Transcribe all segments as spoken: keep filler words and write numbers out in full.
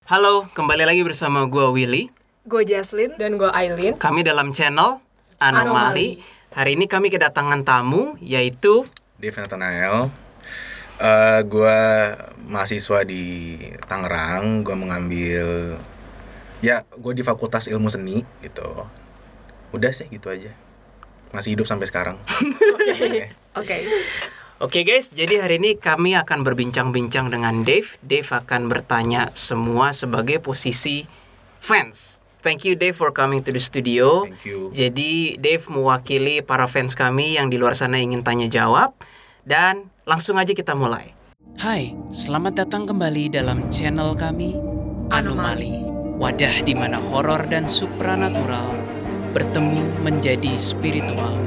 Halo, kembali lagi bersama gue Willy, gue Jaslyn, dan gue Aileen. Kami dalam channel Anomali. Anomali. Hari ini kami kedatangan tamu, yaitu Dave Nathanael. uh, Gue mahasiswa di Tangerang. Gue mengambil, ya gue di Fakultas Ilmu Seni gitu. Udah sih gitu aja. Masih hidup sampai sekarang. Oke. Oke. Oke guys, jadi hari ini kami akan berbincang-bincang dengan Dave. Dave akan bertanya semua sebagai posisi fans. Thank you Dave for coming to the studio. Thank you. Jadi Dave mewakili para fans kami yang di luar sana ingin tanya jawab. Dan langsung aja kita mulai. Hai, selamat datang kembali dalam channel kami Anomali. Wadah di mana horor dan supranatural bertemu menjadi spiritual.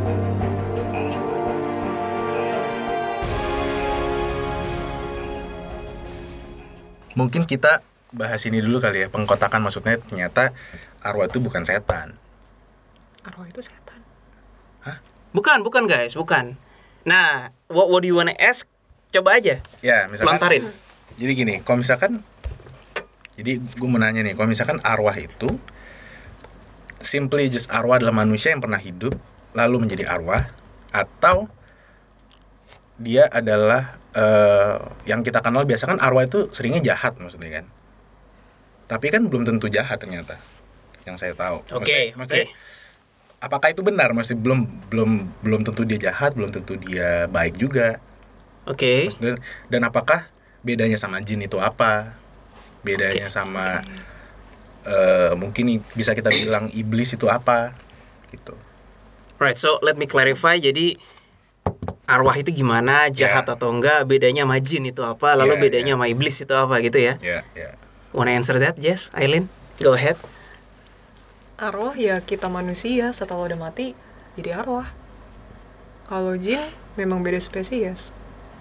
Mungkin kita bahas ini dulu kali ya. Pengkotakan maksudnya ternyata arwah itu bukan setan. Arwah itu setan. Bukan, bukan guys, bukan. Nah, what, what do you wanna ask? Coba aja. Ya misalkan Lontarin. Jadi gini, kalau misalkan, jadi gue mau nanya nih, kalau misalkan arwah itu simply just arwah adalah manusia yang pernah hidup lalu menjadi arwah, atau dia adalah uh, yang kita kenal biasa kan arwah itu seringnya jahat maksudnya kan. Tapi kan belum tentu jahat ternyata, yang saya tahu. Oke, Maksudnya, maksudnya oke. apakah itu benar? Maksudnya belum belum belum tentu dia jahat, belum tentu dia baik juga. Oke. Maksudnya, dan apakah bedanya sama jin itu apa? Bedanya Oke. sama uh, mungkin bisa kita bilang iblis itu apa? Gitu. Right, so let me clarify. Jadi arwah itu gimana, jahat Yeah. atau enggak, bedanya sama jin itu apa, lalu Yeah, bedanya yeah. sama iblis itu apa gitu ya. Ya, ya. Wanna answer that, Jess? Aileen? Go ahead. Arwah ya kita manusia, setelah udah mati jadi arwah. Kalau jin memang beda spesies.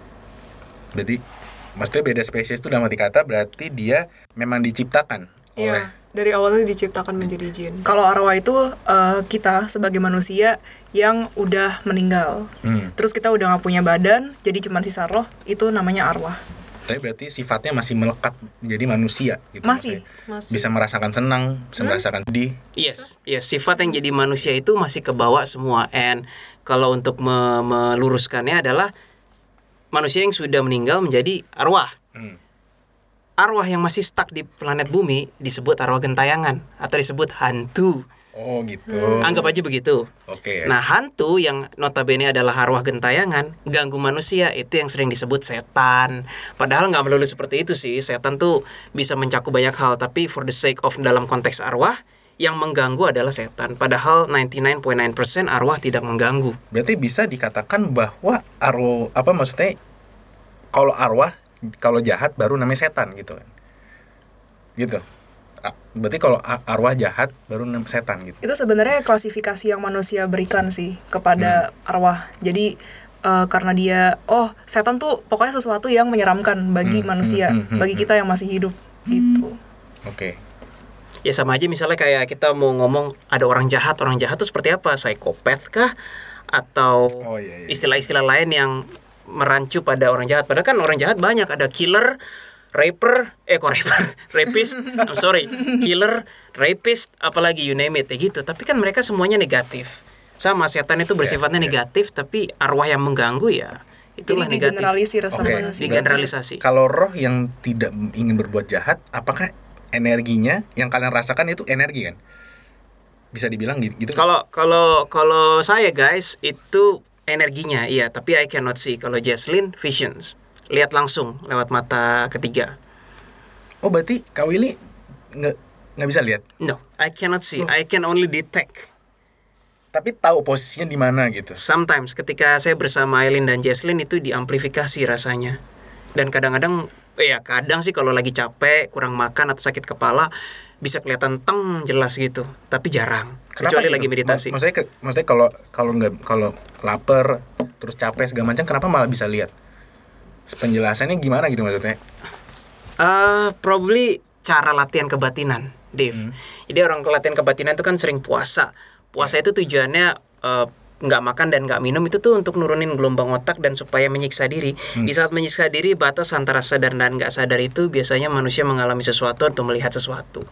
Berarti maksudnya beda spesies itu dalam arti kata berarti dia memang diciptakan oleh Iya, dari awalnya diciptakan menjadi jin. Kalau arwah itu uh, kita sebagai manusia yang udah meninggal. Hmm. Terus kita udah nggak punya badan, jadi cuma sisa roh, itu namanya arwah. Tapi berarti sifatnya masih melekat menjadi manusia gitu. Masih. Maksudnya Masih. bisa merasakan senang, bisa merasakan sedih. Yes, yes, sifat yang jadi manusia itu masih kebawa semua. And kalau untuk me- meluruskannya adalah manusia yang sudah meninggal menjadi arwah. Hmm. Arwah yang masih stuck di planet bumi disebut arwah gentayangan atau disebut hantu. Oh gitu. Anggap aja begitu. Oke. Nah, hantu yang notabene adalah arwah gentayangan, ganggu manusia, itu yang sering disebut setan. Padahal nggak melulu seperti itu sih. Setan tuh bisa mencakup banyak hal, tapi for the sake of dalam konteks arwah, yang mengganggu adalah setan. Padahal sembilan puluh sembilan koma sembilan persen arwah tidak mengganggu. Berarti bisa dikatakan bahwa arwah apa maksudnya kalau arwah kalau jahat baru namanya setan gitu kan. Gitu. A- Berarti kalau a- arwah jahat baru namanya setan gitu. Itu sebenarnya klasifikasi yang manusia berikan sih kepada arwah. Jadi uh, karena dia, oh setan tuh pokoknya sesuatu yang menyeramkan bagi Hmm, manusia, hmm, hmm, bagi hmm. kita yang masih hidup gitu. Oke. Ya sama aja misalnya kayak kita mau ngomong ada orang jahat, orang jahat itu seperti apa? Psikopat kah? Atau Oh, iya, iya. istilah-istilah lain yang merancu pada orang jahat. Padahal kan orang jahat banyak, ada killer, raper, eh kok raper, rapist, I'm sorry, killer, rapist, apalagi you name it, ya gitu. Tapi kan mereka semuanya negatif. Sama setan itu bersifatnya yeah. negatif, tapi arwah yang mengganggu ya itulah Jadi negatif. digeneralisir sama Oke. manusia. Digeneralisasi. Kalau roh yang tidak ingin berbuat jahat, apakah energinya yang kalian rasakan itu energi kan? Bisa dibilang gitu. gitu? Kalau kalau kalau saya guys itu energinya iya, tapi I cannot see. Kalau Jaslyn visions, lihat langsung lewat mata ketiga. Oh berarti Kak Willy nggak nggak bisa lihat, No, I cannot see. Oh. I can only detect. tapi tahu posisinya di mana gitu. Sometimes ketika saya bersama Aileen dan Jaslyn itu diamplifikasi rasanya. Dan kadang-kadang ya kadang sih kalau lagi capek, kurang makan atau sakit kepala bisa kelihatan teng jelas gitu, tapi jarang. Kecuali gitu? lagi meditasi. Mak- Maksudnya, ke- maksudnya kalau kalau nggak kalau lapar terus capek segala macam, kenapa malah bisa lihat? Penjelasannya gimana gitu maksudnya? Uh, probably cara latihan kebatinan, Dave. Hmm. Jadi orang latihan kebatinan itu kan sering puasa. Puasa itu tujuannya uh, nggak makan dan nggak minum itu tuh untuk nurunin gelombang otak dan supaya menyiksa diri. Hmm. Di saat menyiksa diri, batas antara sadar dan nggak sadar itu biasanya manusia mengalami sesuatu atau melihat sesuatu.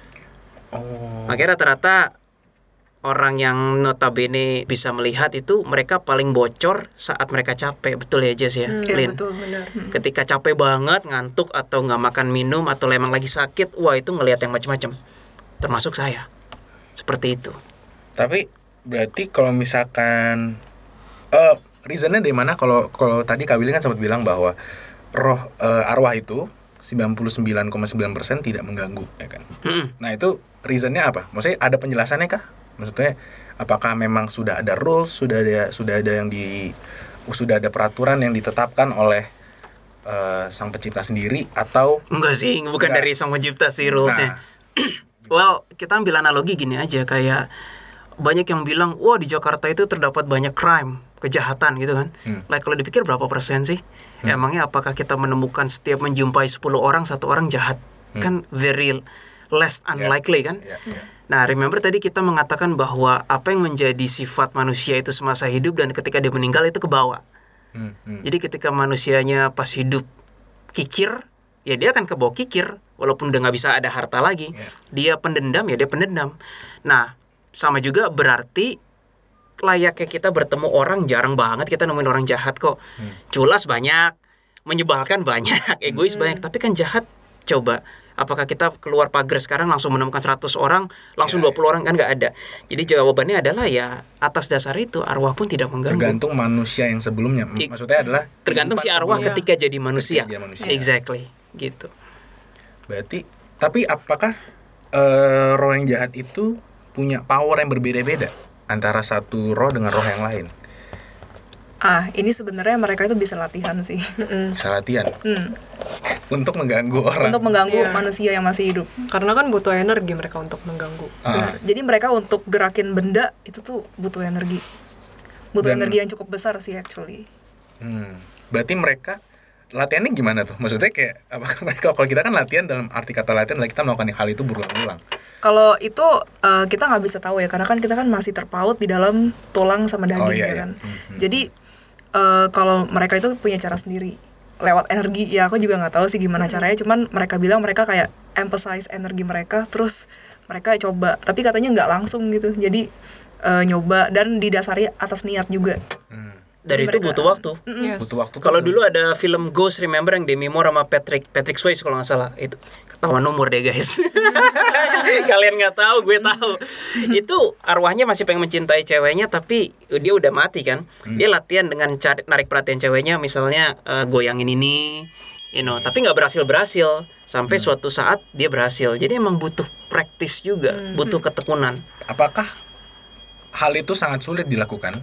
Oh. Makanya rata-rata orang yang notabene bisa melihat itu mereka paling bocor saat mereka capek. Betul ya Jess ya? Hmm, Iya, Lin? betul. Benar. Ketika capek banget, ngantuk atau nggak makan minum atau emang lagi sakit, wah itu ngelihat yang macam-macam. Termasuk saya. Seperti itu. Tapi berarti kalau misalkan uh, reasonnya dari mana? Kalau kalau tadi Kak Willy kan sempat bilang bahwa roh uh, arwah itu sembilan puluh sembilan koma sembilan persen tidak mengganggu, ya kan? Hmm. Nah itu reasonnya apa? Maksudnya ada penjelasannya kah? Maksudnya apakah memang sudah ada rules, sudah ada sudah ada yang di sudah ada peraturan yang ditetapkan oleh uh, sang pencipta sendiri atau Enggak sih, bukan Enggak. dari sang pencipta sih rulesnya. Nah, Well, kita ambil analogi gini aja, kayak banyak yang bilang, wah di Jakarta itu terdapat banyak crime, kejahatan gitu kan. Hmm. Like kalau dipikir berapa persen sih? Emangnya apakah kita menemukan setiap menjumpai sepuluh orang, satu orang jahat? Hmm. Kan very less unlikely kan? ya, ya. Nah, remember tadi kita mengatakan bahwa apa yang menjadi sifat manusia itu semasa hidup dan ketika dia meninggal itu kebawa. Hmm, hmm. Jadi ketika manusianya pas hidup kikir, ya dia akan kebawa kikir. Walaupun udah nggak bisa ada harta lagi. Yeah. Dia pendendam, ya dia pendendam. Nah, sama juga berarti layaknya kita bertemu orang, jarang banget kita nemuin orang jahat kok. Hmm. Culas banyak, menyebalkan banyak, egois banyak. Tapi kan jahat, coba. Apakah kita keluar pagar sekarang langsung menemukan seratus orang, langsung Ya, dua puluh orang? Kan nggak ada. Jadi jawabannya adalah ya atas dasar itu arwah pun tidak mengganggu. Tergantung manusia yang sebelumnya. M- I- Maksudnya adalah Tergantung si kehidupan arwah sebelum- ketika jadi manusia. Ketika jadi manusia. Exactly, gitu. Berarti, tapi apakah eh, roh yang jahat itu punya power yang berbeda-beda antara satu roh dengan roh yang lain? Ah, ini sebenarnya mereka itu bisa latihan sih. Bisa latihan Hmm. untuk mengganggu orang. Untuk mengganggu Iya. manusia yang masih hidup. Karena kan butuh energi mereka untuk mengganggu. Ah. Benar. Jadi mereka untuk gerakin benda itu tuh butuh energi. Butuh Dan- energi yang cukup besar sih actually. Hmm. Berarti mereka latihannya gimana tuh? Maksudnya kayak apa? Mereka kalau kita kan latihan dalam arti kata latihan adalah kita melakukan hal itu berulang-ulang. Kalau itu eh, kita nggak bisa tahu ya, karena kan kita kan masih terpaut di dalam tulang sama daging Oh, iya, ya iya. kan. Mhm. Jadi eh, kalau mereka itu punya cara sendiri lewat energi. Ya aku juga nggak tahu sih gimana caranya. Cuman mereka bilang mereka kayak emphasize energi mereka, terus mereka coba. Tapi katanya nggak langsung gitu. Jadi eh, nyoba dan didasari atas niat juga. Hmm. Dan Jadi itu mereka- butuh waktu. Yes. Butuh waktu. Kalau tuh. dulu ada film Ghost, remember yang Demi Moore sama Patrick Patrick Swayze kalau nggak salah, itu ketahuan umur deh guys. Kalian nggak tahu, gue tahu. Itu arwahnya masih pengen mencintai ceweknya, tapi dia udah mati kan. Dia latihan dengan cari, narik perhatian ceweknya, misalnya eh, goyangin ini, you know. Tapi nggak berhasil berhasil. Sampai suatu saat dia berhasil. Jadi emang butuh praktis juga, butuh ketekunan. Apakah hal itu sangat sulit dilakukan?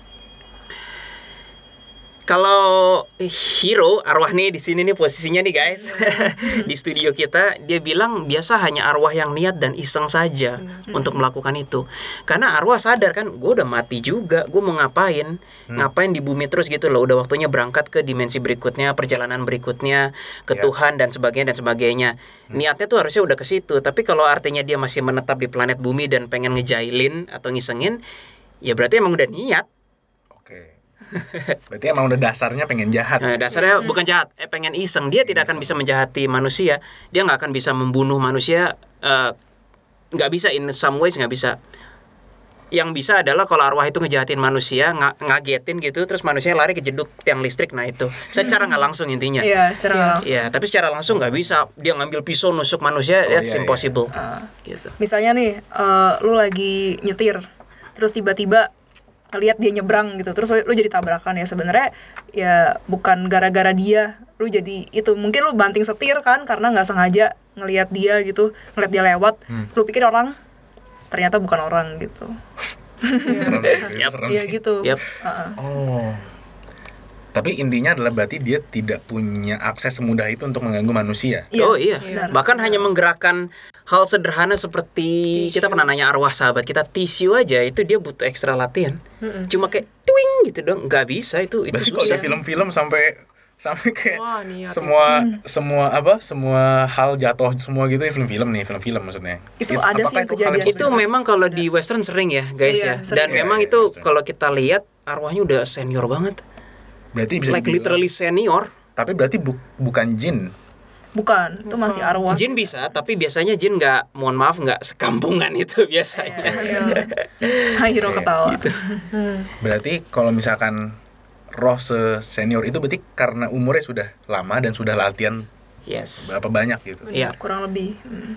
Kalau hero arwah nih di sini nih posisinya nih guys di studio kita, dia bilang biasa hanya arwah yang niat dan iseng saja untuk melakukan itu. Karena arwah sadar kan, gue udah mati juga, gue mau ngapain, ngapain di bumi terus gitu loh. Udah waktunya berangkat ke dimensi berikutnya, perjalanan berikutnya, ke Ya. Tuhan dan sebagainya dan sebagainya. Niatnya tuh harusnya udah ke situ. Tapi kalau artinya dia masih menetap di planet bumi dan pengen ngejailin atau ngisengin, ya berarti emang udah niat. Oke. Berarti emang udah dasarnya pengen jahat. Nah, dasarnya bukan jahat, eh pengen iseng. Dia tidak akan bisa menjahati manusia. Dia nggak akan bisa membunuh manusia. eh, Nggak bisa, in some ways nggak bisa. Yang bisa adalah kalau arwah itu ngejahatin manusia, nga- ngagetin gitu, terus manusia lari kejeduk tiang listrik. Nah itu, secara nggak langsung intinya. Iya, secara nggak langsung. Ya, tapi secara langsung nggak bisa. Dia ngambil pisau nusuk manusia, Oh, that's iya, iya. impossible. Gitu. Misalnya nih, eh, lu lagi nyetir, terus tiba-tiba ngelihat dia nyebrang gitu, terus lu, lu jadi tabrakan. Ya sebenarnya ya bukan gara-gara dia lu jadi itu, mungkin lu banting setir kan karena nggak sengaja ngelihat dia gitu, ngelihat dia lewat, lu pikir orang, ternyata bukan orang gitu. Serem sih, Yap. serem Iya sih. gitu. Yap. Heeh. Oh. Tapi intinya adalah berarti dia tidak punya akses semudah itu untuk mengganggu manusia. Iya, Oh iya, benar. bahkan hanya menggerakkan hal sederhana seperti kita pernah nanya arwah sahabat kita, tisu aja itu dia butuh ekstra latihan. Cuma kayak twing gitu dong, nggak bisa itu itu Berarti kalau susah. ada film-film sampai sampai kayak Wah, niat semua semua apa semua hal jatuh semua gitu ya, film-film nih film-film maksudnya Itu ada sih apakah yang itu hal kejadian yang Itu benar? memang kalau di western sering ya guys Iya, ya. sering. Dan Iya, memang iya, itu western. kalau kita lihat arwahnya udah senior banget. berarti bisa Like dibilang- literally senior. tapi berarti bu- bukan jin. Bukan, itu masih arwah. Jin bisa, tapi biasanya jin nggak, mohon maaf nggak sekampungan itu biasanya. Hiro Oke, ketawa. Gitu. Berarti kalau misalkan roh senior itu berarti karena umurnya sudah lama dan sudah latihan Yes. berapa banyak gitu. Iya. Kurang lebih. Hmm.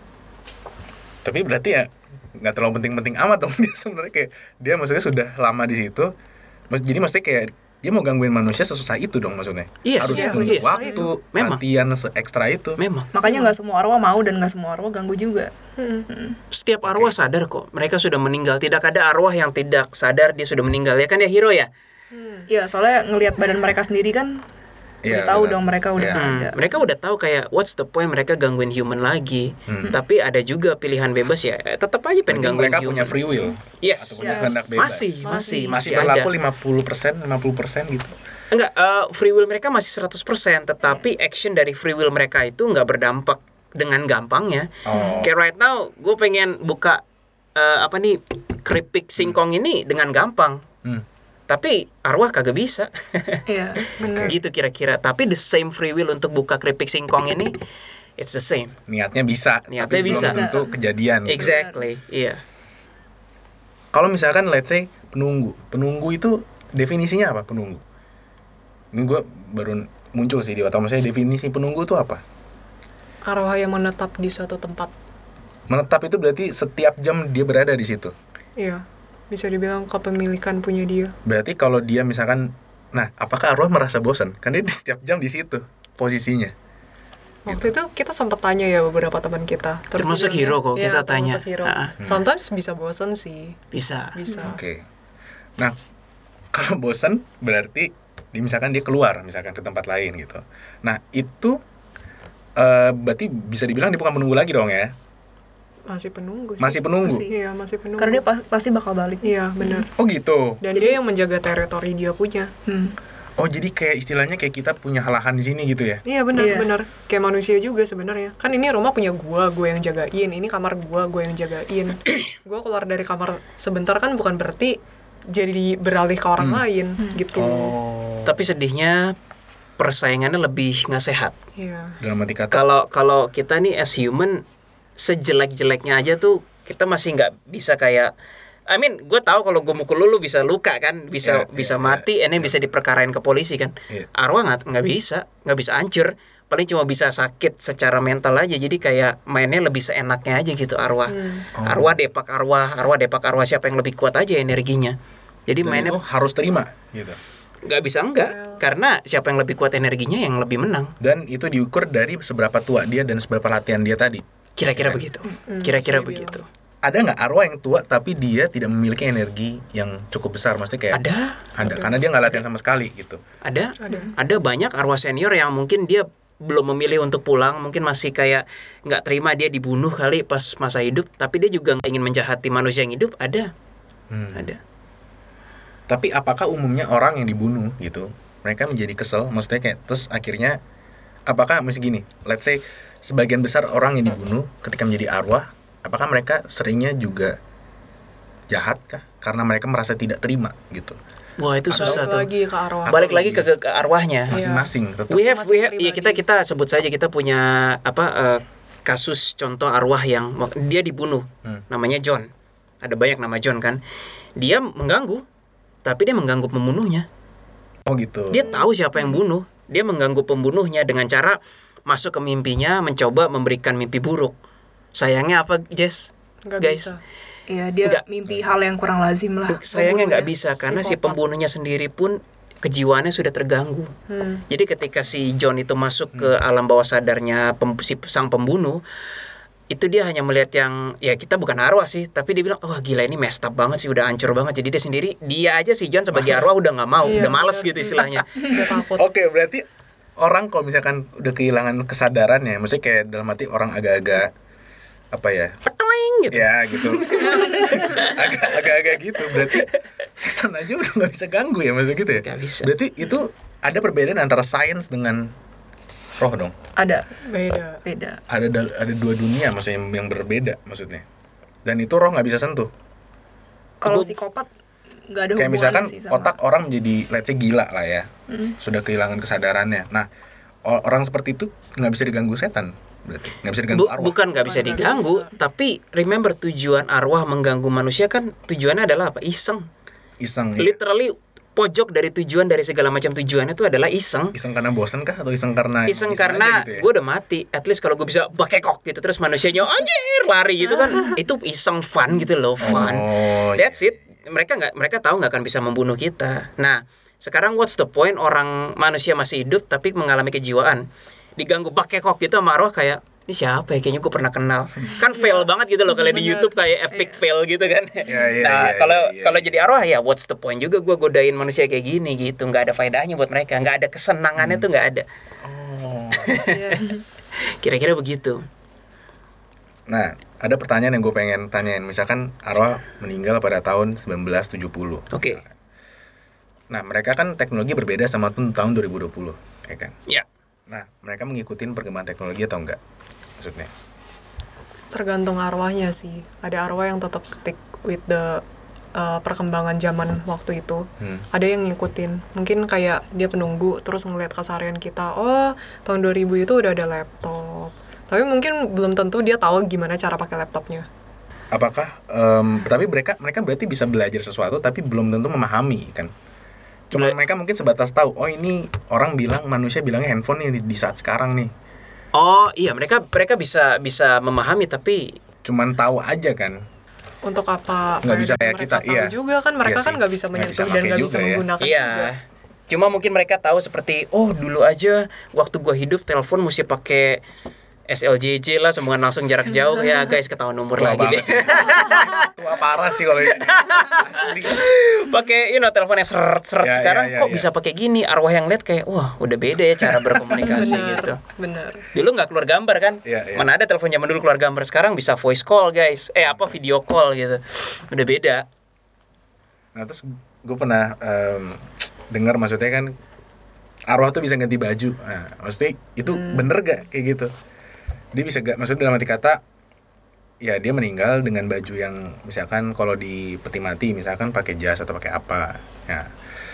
Tapi berarti ya nggak terlalu penting-penting amat dong dia sebenarnya, kayak dia maksudnya sudah lama di situ. Mas- Jadi maksudnya kayak dia mau gangguin manusia sesusah itu dong maksudnya. Iya, Harus iya, tuntut iya. waktu, Memang. latihan se-ekstra itu. Memang. Makanya nggak semua arwah mau dan nggak semua arwah ganggu juga. Setiap arwah sadar kok, mereka sudah meninggal. Tidak ada arwah yang tidak sadar dia sudah meninggal, ya kan ya Hiro ya? Iya, soalnya ngelihat badan mereka sendiri kan Iya, udah tahu benar. dong mereka udah Iya. nggak Hmm, ada. mereka udah tahu kayak what's the point mereka gangguin human lagi. Tapi ada juga pilihan bebas ya, eh, tetap aja pengen Berarti gangguin mereka human. punya free will. Yes. Atau punya Yes. kehendak bebas. Masih, masih, Masih ada. berlaku lima puluh persen, lima puluh persen gitu. Enggak, eh, free will mereka masih seratus persen, tetapi action dari free will mereka itu nggak berdampak dengan gampangnya. Oh. Kayak right now, gue pengen buka eh, apa nih keripik singkong ini dengan gampang. Hmm. Tapi arwah kagak bisa. Iya. Gitu kira-kira. Tapi the same free will untuk buka keripik singkong ini, it's the same. Niatnya bisa, Niatnya tapi bisa. belum tentu kejadian. gitu. Exactly, iya. Kalau misalkan let's say penunggu, penunggu itu definisinya apa penunggu? Ini gue baru muncul sih di otak, maksudnya definisi penunggu itu apa? Arwah yang menetap di suatu tempat. Menetap itu berarti setiap jam dia berada di situ. Iya, bisa dibilang kepemilikan punya dia. Berarti kalau dia misalkan, nah apakah arwah merasa bosan? Kan dia di setiap jam di situ posisinya. Waktu itu kita sempat tanya ya beberapa teman kita. Termasuk dia Hiro bilang, kok, "Iya, kita tanya." termasuk Hiro. Ah. Sometimes bisa bosan sih, Bisa. bisa. Oke. Nah kalau bosan berarti di- misalkan dia keluar misalkan ke tempat lain gitu. Nah itu eh, berarti bisa dibilang dia bukan menunggu lagi dong ya? Masih penunggu sih. Masih penunggu. Masih, iya, masih penunggu. Karena dia pa- pasti bakal balik. Iya, benar. Oh gitu. Dan dia yang menjaga teritori dia punya. Hmm. Oh jadi kayak istilahnya kayak kita punya lahan di sini gitu ya? Iya benar Iya. benar. Kayak manusia juga sebenarnya. Kan ini rumah punya gua, gua yang jagain. Ini kamar gua, gua yang jagain. Gua keluar dari kamar sebentar kan bukan berarti jadi beralih ke orang lain gitu. Oh. Tapi sedihnya persaingannya lebih nggak sehat. Iya. Dalam arti kata. Kalau kalau kita nih as human, sejelek-jeleknya aja tuh kita masih nggak bisa kayak I mean, gue tahu kalau gue mukul lu, lu bisa luka kan, bisa Iya, bisa iya, mati, iya, ini iya. bisa diperkarain ke polisi kan. Iya. Arwah nggak nggak bisa, nggak bisa hancur, paling cuma bisa sakit secara mental aja. Jadi kayak mainnya lebih seenaknya aja gitu arwah. Oh. Arwah depak arwah, arwah depak arwah, siapa yang lebih kuat aja energinya. Jadi Dan mainnya itu harus terima gitu. nggak bisa enggak, karena siapa yang lebih kuat energinya yang lebih menang. Dan itu diukur dari seberapa tua dia dan seberapa latihan dia tadi. Kira-kira begitu. Kira-kira bisa begitu. Ada nggak arwah yang tua tapi dia tidak memiliki energi yang cukup besar? Maksudnya kayak Ada, ada, karena dia nggak latihan sama sekali gitu. ada, Ada. ada banyak arwah senior yang mungkin dia belum memilih untuk pulang, mungkin masih kayak nggak terima dia dibunuh kali pas masa hidup, tapi dia juga nggak ingin menjahati manusia yang hidup. Ada, Hmm. ada. Tapi apakah umumnya orang yang dibunuh gitu, mereka menjadi kesel? Maksudnya kayak terus akhirnya apakah mesti gini? Let's say sebagian besar orang yang dibunuh ketika menjadi arwah, apakah mereka seringnya juga jahat kah? Karena mereka merasa tidak terima gitu. Wah itu susah Balik tuh. lagi ke arwah. Atau Balik lagi ke, lebih- ke, ke arwahnya. Masing-masing tetap. We have, we have, Masing-masing ya kita kita sebut saja kita punya apa eh, kasus contoh arwah yang wak- dia dibunuh, Hmm. namanya John. Ada banyak nama John kan. Dia mengganggu, tapi dia mengganggu pembunuhnya. Oh gitu. Dia tahu siapa yang bunuh. Dia mengganggu pembunuhnya dengan cara masuk ke mimpinya, mencoba memberikan mimpi buruk. Sayangnya apa, Jess? Nggak Guys, bisa. Iya, dia Nggak. mimpi hal yang kurang lazim lah. sayangnya nggak pembunuhnya. bisa karena si Psikopat. pembunuhnya sendiri pun kejiwaannya sudah terganggu. Hmm. Jadi ketika si John itu masuk ke alam bawah sadarnya pem, si sang pembunuh, itu dia hanya melihat yang ya kita bukan arwah sih, tapi dia bilang wah gila ini messed up banget sih, udah hancur banget. Jadi dia sendiri, dia aja si John sebagai arwah udah nggak mau, Iya, udah males bener. gitu istilahnya. Udah takut. Oke, berarti orang kalau misalkan udah kehilangan kesadaran ya, maksudnya kayak dalam arti orang agak-agak apa ya? Petoing gitu. Ya gitu. Agak- Agak-agak gitu. Berarti setan aja udah nggak bisa ganggu ya, maksudnya gitu ya. Nggak bisa. Berarti itu ada perbedaan antara sains dengan roh dong. Ada, Beda. beda. Ada dal- ada dua dunia maksudnya yang, yang berbeda maksudnya. Dan itu roh nggak bisa sentuh. Kalau Bu- psikopat nggak ada Kayak hubungan misalkan sih sama. otak orang menjadi let's say gila lah ya. Sudah kehilangan kesadarannya. Nah, o- orang seperti itu nggak bisa diganggu setan. Berarti nggak bisa diganggu Bu- arwah. bukan nggak bisa Bukan nggak diganggu, bisa. tapi remember tujuan arwah mengganggu manusia kan tujuannya adalah apa? Iseng. Iseng. ya. Literally pojok dari tujuan dari segala macam tujuan itu adalah iseng. Iseng karena bosan kah atau iseng karena Iseng aja karena gitu ya? gue udah mati. At least kalau gue bisa bakekok gitu terus manusianya anjir lari gitu kan, itu iseng fun gitu loh, fun. Oh, That's iya. it. Mereka nggak mereka tahu nggak akan bisa membunuh kita. Nah sekarang what's the point orang manusia masih hidup tapi mengalami kejiwaan diganggu bakekok gitu sama arwah kayak ini siapa ya, kayaknya gue pernah kenal. Kan fail banget gitu loh kalau di Bener. YouTube kayak epic fail gitu kan. Iya, iya, Nah iya, kalau iya, kalau iya. jadi arwah ya what's the point juga gue godain manusia kayak gini gitu, nggak ada faedahnya buat mereka, nggak ada kesenangannya tuh nggak ada. Oh. Yes. Kira-kira begitu. Nah, ada pertanyaan yang gue pengen tanyain. Misalkan arwah meninggal pada tahun sembilan belas tujuh puluh. Oke. Nah, mereka kan teknologi berbeda sama tuh tahun dua ribu dua puluh, ya kan? Ya. Nah, mereka ngikutin perkembangan teknologi atau enggak? Maksudnya. Tergantung arwahnya sih. Ada arwah yang tetap stick with the uh, perkembangan zaman waktu itu. Hmm. Ada yang ngikutin. Mungkin kayak dia penunggu terus ngelihat keseharian kita. Oh, tahun dua ribu itu udah ada laptop. Tapi mungkin belum tentu dia tahu gimana cara pakai laptopnya. Apakah em, tapi mereka mereka berarti bisa belajar sesuatu tapi belum tentu memahami kan? Cuma Bela- mereka mungkin sebatas tahu, oh ini orang bilang manusia bilangnya handphone nih di, di saat sekarang nih. Oh iya mereka mereka bisa bisa memahami tapi Cuman tahu aja kan. Untuk apa Nggak bisa faedah kayak mereka kita, tahu iya. juga kan mereka Iya kan sih. nggak bisa Nggak menyentuh bisa dan pakai nggak juga bisa ya. menggunakan iya. juga. Cuma mungkin mereka tahu seperti oh dulu aja waktu gua hidup telepon mesti pakai S L J J lah, semua langsung jarak jauh ya guys, ketahuan umur Tua lagi banget deh. sih. Tua parah sih kalau ini. Asli. Pakai you know teleponnya seret seret Ya, sekarang ya, ya, kok ya. bisa pakai gini, arwah yang lihat kayak wah udah beda ya cara berkomunikasi Bener, gitu. bener. Dulu nggak keluar gambar kan? Iya, iya. Mana ada telepon zaman dulu keluar gambar, sekarang bisa voice call guys. Eh apa video call gitu. Udah beda. Nah, terus gue pernah em, dengar maksudnya kan arwah tuh bisa ganti baju. Nah, maksudnya itu bener gak kayak gitu? Dia bisa gak, maksudnya dalam arti kata ya dia meninggal dengan baju yang misalkan kalau di peti mati misalkan pakai jas atau pakai apa. Nah,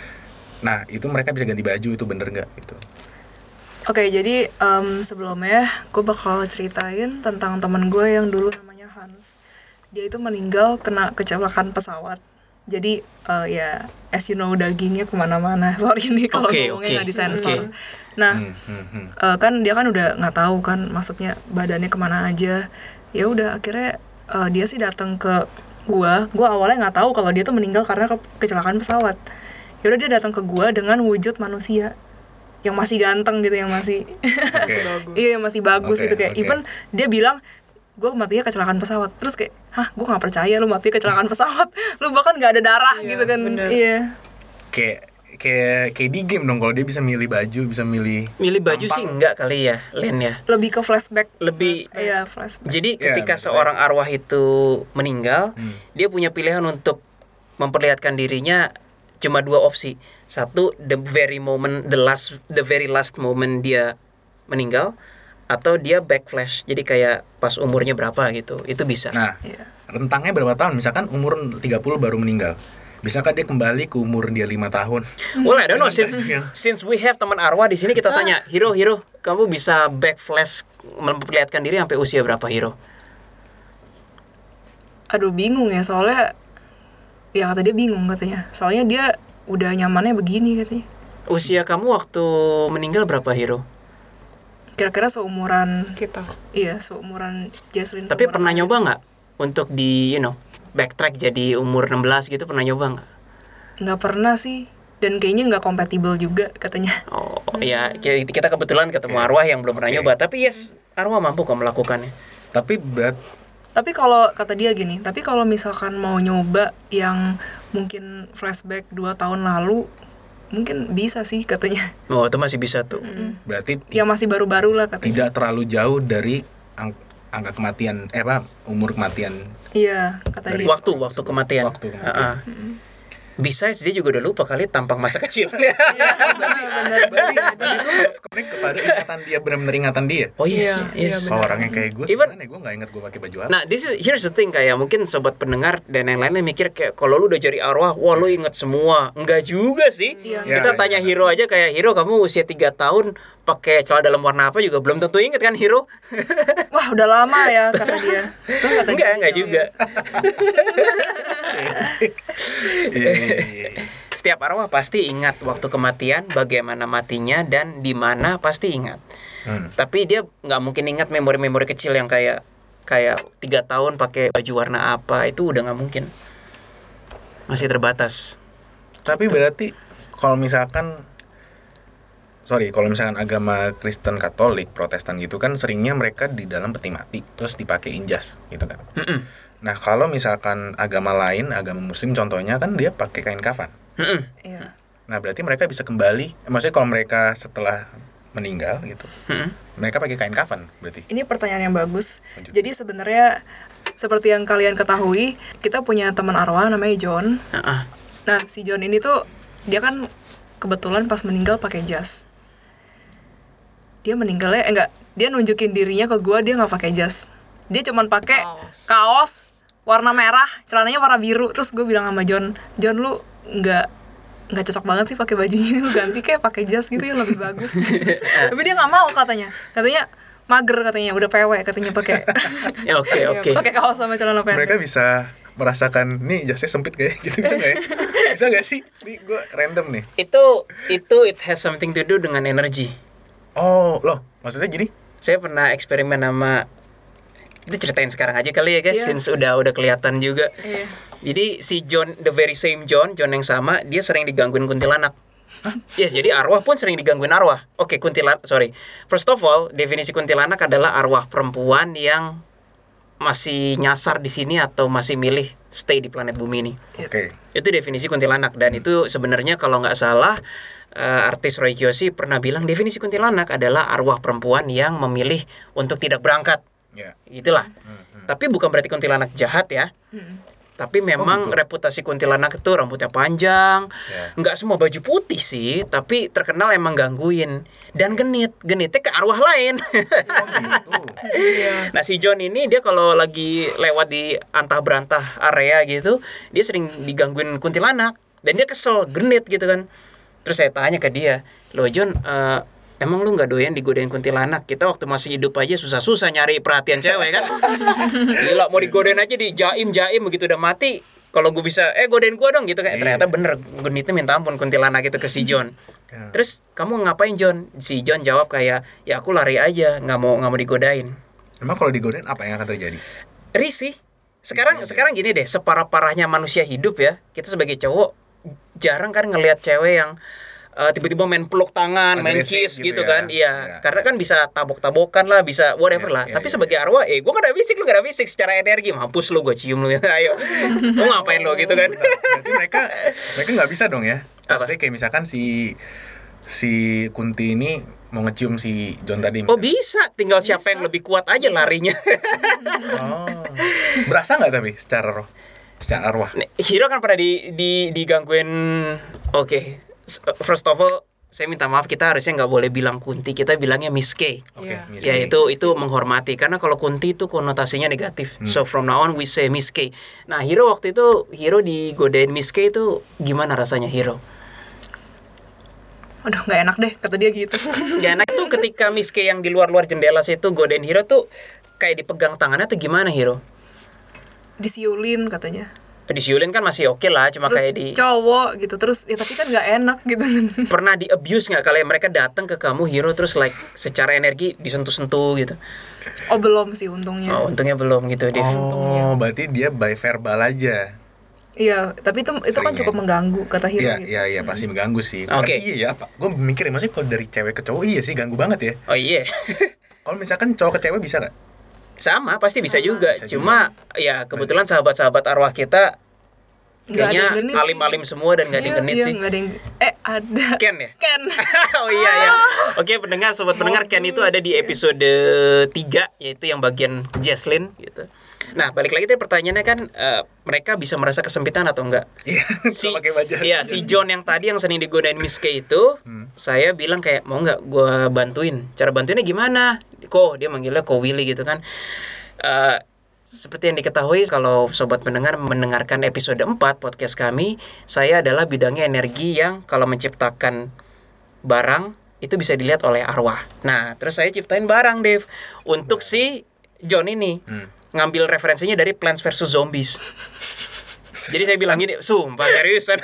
nah itu mereka bisa ganti baju, itu bener gak gitu? Oke, jadi em, sebelumnya gue bakal ceritain tentang teman gue yang dulu namanya Hans. Dia itu meninggal kena kecelakaan pesawat. Jadi eh, ya as you know dagingnya kemana-mana. Sorry nih kalau Oke, ngomongnya oke, nggak disensor. oke. Nah, Hmm, hmm, hmm. eh, kan dia kan udah nggak tahu kan, maksudnya badannya kemana aja. Ya udah akhirnya eh, dia sih datang ke gua. Gua awalnya nggak tahu kalau dia tuh meninggal karena ke- kecelakaan pesawat. Ya udah dia datang ke gua dengan wujud manusia yang masih ganteng gitu, yang masih Masih bagus. iya yang masih bagus Oke, gitu kayak oke. even dia bilang gue matinya kecelakaan pesawat, terus kayak hah gue nggak percaya lu mati kecelakaan pesawat, lu bahkan nggak ada darah Iya, gitu kan. bener. Iya Kayak kayak kayak di game dong kalau dia bisa milih baju, bisa milih Milih baju tampang. sih enggak kali ya, Len ya. lebih ke flashback. Lebih Iya flashback. Jadi Ya, ketika betul. seorang arwah itu meninggal, Hmm. dia punya pilihan untuk memperlihatkan dirinya cuma dua opsi. Satu, the very moment, the last, the very last moment dia meninggal, atau dia backflash. Jadi kayak pas umurnya berapa gitu, itu bisa. Nah, Iya. rentangnya berapa tahun? Misalkan umur tiga puluh baru meninggal. Bisakah dia kembali ke umur dia lima tahun? Well, I don't know. Since, Baju yang- since we have teman arwah di sini, kita tanya, Hiro, Hiro, kamu bisa backflash memperlihatkan diri sampai usia berapa, Hiro? Aduh bingung ya soalnya, ya kata dia bingung katanya. Soalnya dia udah nyamannya begini katanya. Usia kamu waktu meninggal berapa, Hiro? Kira-kira seumuran, Kita. iya seumuran Jesslyn. Tapi seumuran pernah Adit. nyoba nggak untuk di, you know, backtrack jadi umur enam belas gitu, pernah nyoba nggak? Nggak pernah sih. Dan kayaknya nggak kompatibel juga katanya. Oh, ya ki- kita kebetulan ketemu arwah yang belum pernah Oke. nyoba. Tapi yes, arwah mampu kok melakukannya. Tapi berat Tapi kalau kata dia gini, tapi kalau misalkan mau nyoba yang mungkin flashback dua tahun lalu, mungkin bisa sih katanya. Oh, itu masih bisa tuh. berarti Yang masih baru-baru lah katanya. tidak terlalu jauh dari ang- angka kematian eh apa umur kematian. Iya, kata Dari dia. Waktu, waktu kematian. Waktu kematian. Ah, ah. Besides dia juga udah lupa kali tampang masa kecil. Benar-benar. Berarti berarti itu harus connect kepada ingatan dia, benar-benar ingatan dia. Oh iya, Iya, yes. Kalau orangnya kayak gue, Even- gimana ya? Gue nggak ingat gue pakai baju apa. Nah, this is here's the thing, kayak mungkin sobat pendengar dan yang lainnya mikir kayak kalau lu udah jadi arwah, wah lu inget semua. Enggak juga sih. Iya. Kita Ya, tanya ya. Hiro aja kayak Hiro, kamu usia tiga tahun pakai celana dalam warna apa juga belum tentu inget kan Hiro? Wah, udah lama ya kata dia. Tuh kata Enggak, dia. enggak juga. Iya, iya, iya. Setiap arwah pasti ingat waktu kematian, bagaimana matinya dan di mana pasti ingat. Hmm. Tapi dia nggak mungkin ingat memori-memori kecil yang kayak kayak tiga tahun pakai baju warna apa, itu udah nggak mungkin. Masih terbatas. Tapi berarti kalau misalkan sorry, kalau misalkan agama Kristen, Katolik, Protestan gitu kan seringnya mereka di dalam peti mati terus dipakein jas gitu kan. Mm-mm. Nah, kalau misalkan agama lain, agama Muslim contohnya kan dia pakai kain kafan. Mm-mm. Iya. Nah, berarti mereka bisa kembali, eh, maksudnya kalau mereka setelah meninggal gitu, Mm-mm. mereka pakai kain kafan berarti. Ini pertanyaan yang bagus. Lanjut. Jadi sebenarnya seperti yang kalian ketahui, kita punya teman arwah namanya John. Ah-ah. Nah, si John ini tuh dia kan kebetulan pas meninggal pakai jas. Dia meninggalnya eh, enggak, dia nunjukin dirinya ke gua dia nggak pakai jas. Dia cuman pakai Kaos. kaos warna merah, celananya warna biru. Terus gue bilang sama John, John lu nggak nggak cocok banget sih pakai bajunya, lu ganti kayak pakai jas gitu yang lebih bagus. Tapi dia nggak mau katanya, katanya mager katanya, udah P W katanya pakai Ya, oke oke. pakai kaos sama celana pendek. Mereka bisa merasakan nih jasnya sempit kayak gitu, bisa nggak ya? Bisa nggak sih? Ini gue random nih. Itu itu it has something to do dengan energi. Oh, loh, maksudnya jadi? Saya pernah eksperimen sama, itu ceritain sekarang aja kali ya guys, Iya. since udah udah kelihatan juga. Iya. Jadi si John, the very same John, John yang sama, dia sering digangguin kuntilanak. Yes, jadi arwah pun sering digangguin arwah. Oke, kuntilanak, sorry. First of all, definisi kuntilanak adalah arwah perempuan yang masih nyasar di sini atau masih milih stay di planet bumi ini. Oke. Itu definisi kuntilanak, dan itu sebenarnya kalau nggak salah eh, artis Roy Kiyoshi pernah bilang definisi kuntilanak adalah arwah perempuan yang memilih untuk tidak berangkat. Ya. Gitulah. Tapi bukan berarti kuntilanak jahat ya. Tapi memang gitu. reputasi kuntilanak itu rambutnya panjang, Ya. nggak semua baju putih sih, tapi terkenal emang gangguin dan genit, genitnya ke arwah lain. Oh gitu. Nah si John ini dia kalau lagi lewat di antah berantah area gitu, dia sering digangguin kuntilanak dan dia kesel, genit gitu kan. Terus saya tanya ke dia, loh John, eh, emang lu nggak doyan digodain kuntilanak? Kita waktu masih hidup aja susah-susah nyari perhatian cewek kan. Gila, mau digodain aja di jaim-jaim, begitu udah mati. Kalau gue bisa, eh godain gue dong gitu kan. Iya. Ternyata bener, genitnya minta ampun kuntilanak itu ke si John. Ya. Terus kamu ngapain John? Si John jawab kayak, ya aku lari aja, nggak mau nggak mau digodain. Emang kalau digodain apa yang akan terjadi? Risih. Sekarang Risih, sekarang gini deh, separah-parahnya manusia hidup ya, kita sebagai cowok jarang kan ngelihat cewek yang uh, tiba-tiba main peluk tangan, main Agresif kiss gitu gitu, ya. kan. Iya, Iya. karena kan bisa tabok-tabokan lah, bisa whatever Iya, lah. iya, Tapi iya, sebagai arwah, eh gua gak ada fisik, lu gak ada fisik secara energi, mampus lu, gua cium lu ya. Ayo. Lu ngapain lu gitu kan? Bentar, berarti mereka mereka nggak bisa dong ya? Apa? Maksudnya kayak misalkan si si Kunti ini mau ngecium si John tadi. Oh misalnya. bisa, tinggal siapa yang lebih kuat aja larinya. Oh. Berasa nggak tapi secara roh, secara arwah? Nih, Hiro kan pernah di, di digangguin. Oke, S- first of all, saya minta maaf, kita harusnya nggak boleh bilang Kunti, kita bilangnya Miss K. Oke, Iya. Miss Ya K. itu itu menghormati, karena kalau Kunti itu konotasinya negatif. So from now on we say Miss K. Nah Hiro waktu itu Hiro digodain Miss K itu gimana rasanya Hiro? Aduh, nggak enak deh kata dia gitu. Gak enak tuh ketika Miss K yang di luar-luar jendela situ godain Hiro tuh kayak dipegang tangannya tuh gimana Hiro? Disiulin katanya. Disiulin kan masih oke lah, cuma Terus kayak di cowok gitu, terus ya tapi kan nggak enak gitu. pernah di abuse nggak kalau mereka datang ke kamu Hiro terus like secara energi disentuh-sentuh gitu? Oh belum sih untungnya. Oh untungnya belum gitu Dev. Oh, berarti dia by verbal aja. Iya, tapi itu itu kan Sering cukup ya. mengganggu kata Hiro Iya, gitu. iya, iya, pasti mengganggu sih. Oke. Tapi iya ya, apa? Gue mikir maksudnya kalau dari cewek ke cowok iya sih ganggu banget ya. Oh iya. Kalau misalkan cowok ke cewek bisa nggak? Sama pasti bisa Sama. juga. Bisa Cuma ya kebetulan sahabat-sahabat arwah kita Nggak ada kayaknya yang genit sih. alim-alim semua dan gak ada yang Iya, genit iya, sih. nggak ada yang eh ada. Ken ya? Ken. Oh iya ya. Oke pendengar, sobat pendengar, Ken itu ada di episode tiga, yaitu yang bagian Jesslyn gitu. Nah, balik lagi tadi pertanyaannya kan uh, mereka bisa merasa kesempitan atau enggak? Iya, Si, pakai baju. iya, si John yang tadi yang sering digodain Miss K itu, Hmm. saya bilang kayak mau nggak gue bantuin. Cara bantuinnya gimana? Kok dia manggilnya Ko Willy gitu kan? Uh, seperti yang diketahui kalau sobat pendengar mendengarkan episode empat podcast kami, saya adalah bidangnya energi yang kalau menciptakan barang itu bisa dilihat oleh arwah. Nah, terus saya ciptain barang, Dev, untuk si John ini. Hmm. Ngambil referensinya dari Plants versus Zombies. Jadi saya bilang gini, sumpah seriusan.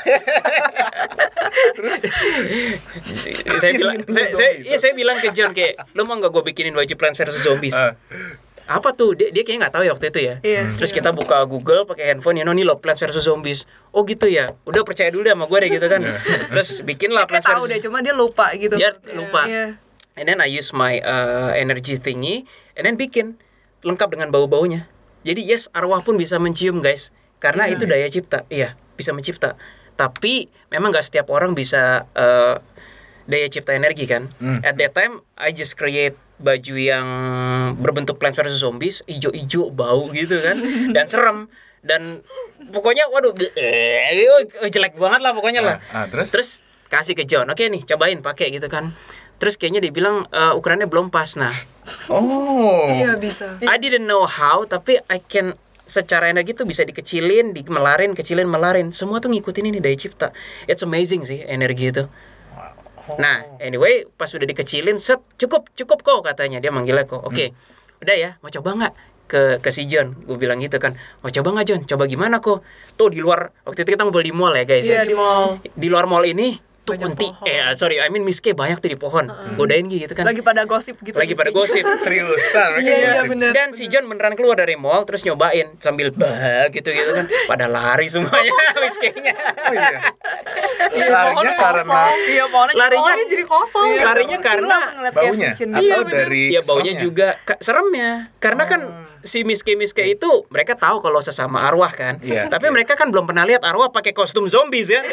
saya bilang, saya, saya, iya, saya bilang ke John kayak, lo mau nggak gue bikinin baju Plants versus Zombies? Ah. Apa tuh? Dia, dia kayaknya nggak tahu ya waktu itu ya. Iya. Terus kita buka Google pakai handphone, ya, no nih lo Plants versus Zombies. Oh gitu ya. Udah percaya dulu deh sama gue deh gitu kan. Terus bikin lah Kayak Plants tahu versus. deh, cuma dia lupa gitu. Dia lupa. Iya. And then I use my uh, energy thingy, and then bikin lengkap dengan bau-baunya. Jadi yes, arwah pun bisa mencium guys, karena itu daya cipta. Iya, bisa mencipta. Tapi memang nggak setiap orang bisa uh, daya cipta energi kan. Hmm. At that time, I just create baju yang berbentuk Plants versus Zombies, ijo-ijo bau gitu kan, dan serem. Dan pokoknya waduh, eh, jelek banget lah pokoknya lah. Ah, ah, terus? Terus kasih ke John, oke nih cobain pakai gitu kan. Terus kayaknya dia bilang uh, ukurannya belum pas. Nah, Oh. Iya bisa. I didn't know how, tapi I can secara energi tuh bisa dikecilin, dimelarin, kecilin, melarin. Semua tuh ngikutin ini daya cipta. It's amazing sih energi itu. Nah, anyway, pas udah dikecilin, set, cukup, cukup kok katanya. Dia manggilnya kok. Oke, udah ya, mau coba nggak? Ke, ke si John, gue bilang gitu kan. Mau coba nggak John? Coba gimana kok? Tuh di luar, waktu itu kita ngumpul di mall ya guys. Iya, ya. di mall. Di luar mall ini tuh Banyak kunti, pohon. eh sorry, I mean Miss K banyak tuh di pohon, godain gitu kan. Lagi pada gosip gitu. Lagi pada di sini. gosip. Seriusan mereka Iya, iya, gosip. bener. Dan si John beneran keluar dari mall terus nyobain sambil bah gitu gitu kan. Pada lari semuanya Miss K-nya. Oh iya. Iya, Larinya pohon karena kosong. Iya, pohonnya Larinya- Pohonnya jadi kosong. Iya. Larinya Lu karena langsung ngeliat kayak baunya vision atau gitu. dari ya baunya seremnya? juga ka- seremnya. Karena kan si Miss K Miss K itu mereka tahu kalau sesama arwah kan. Iya, Tapi iya. mereka kan belum pernah lihat arwah pakai kostum zombies kan.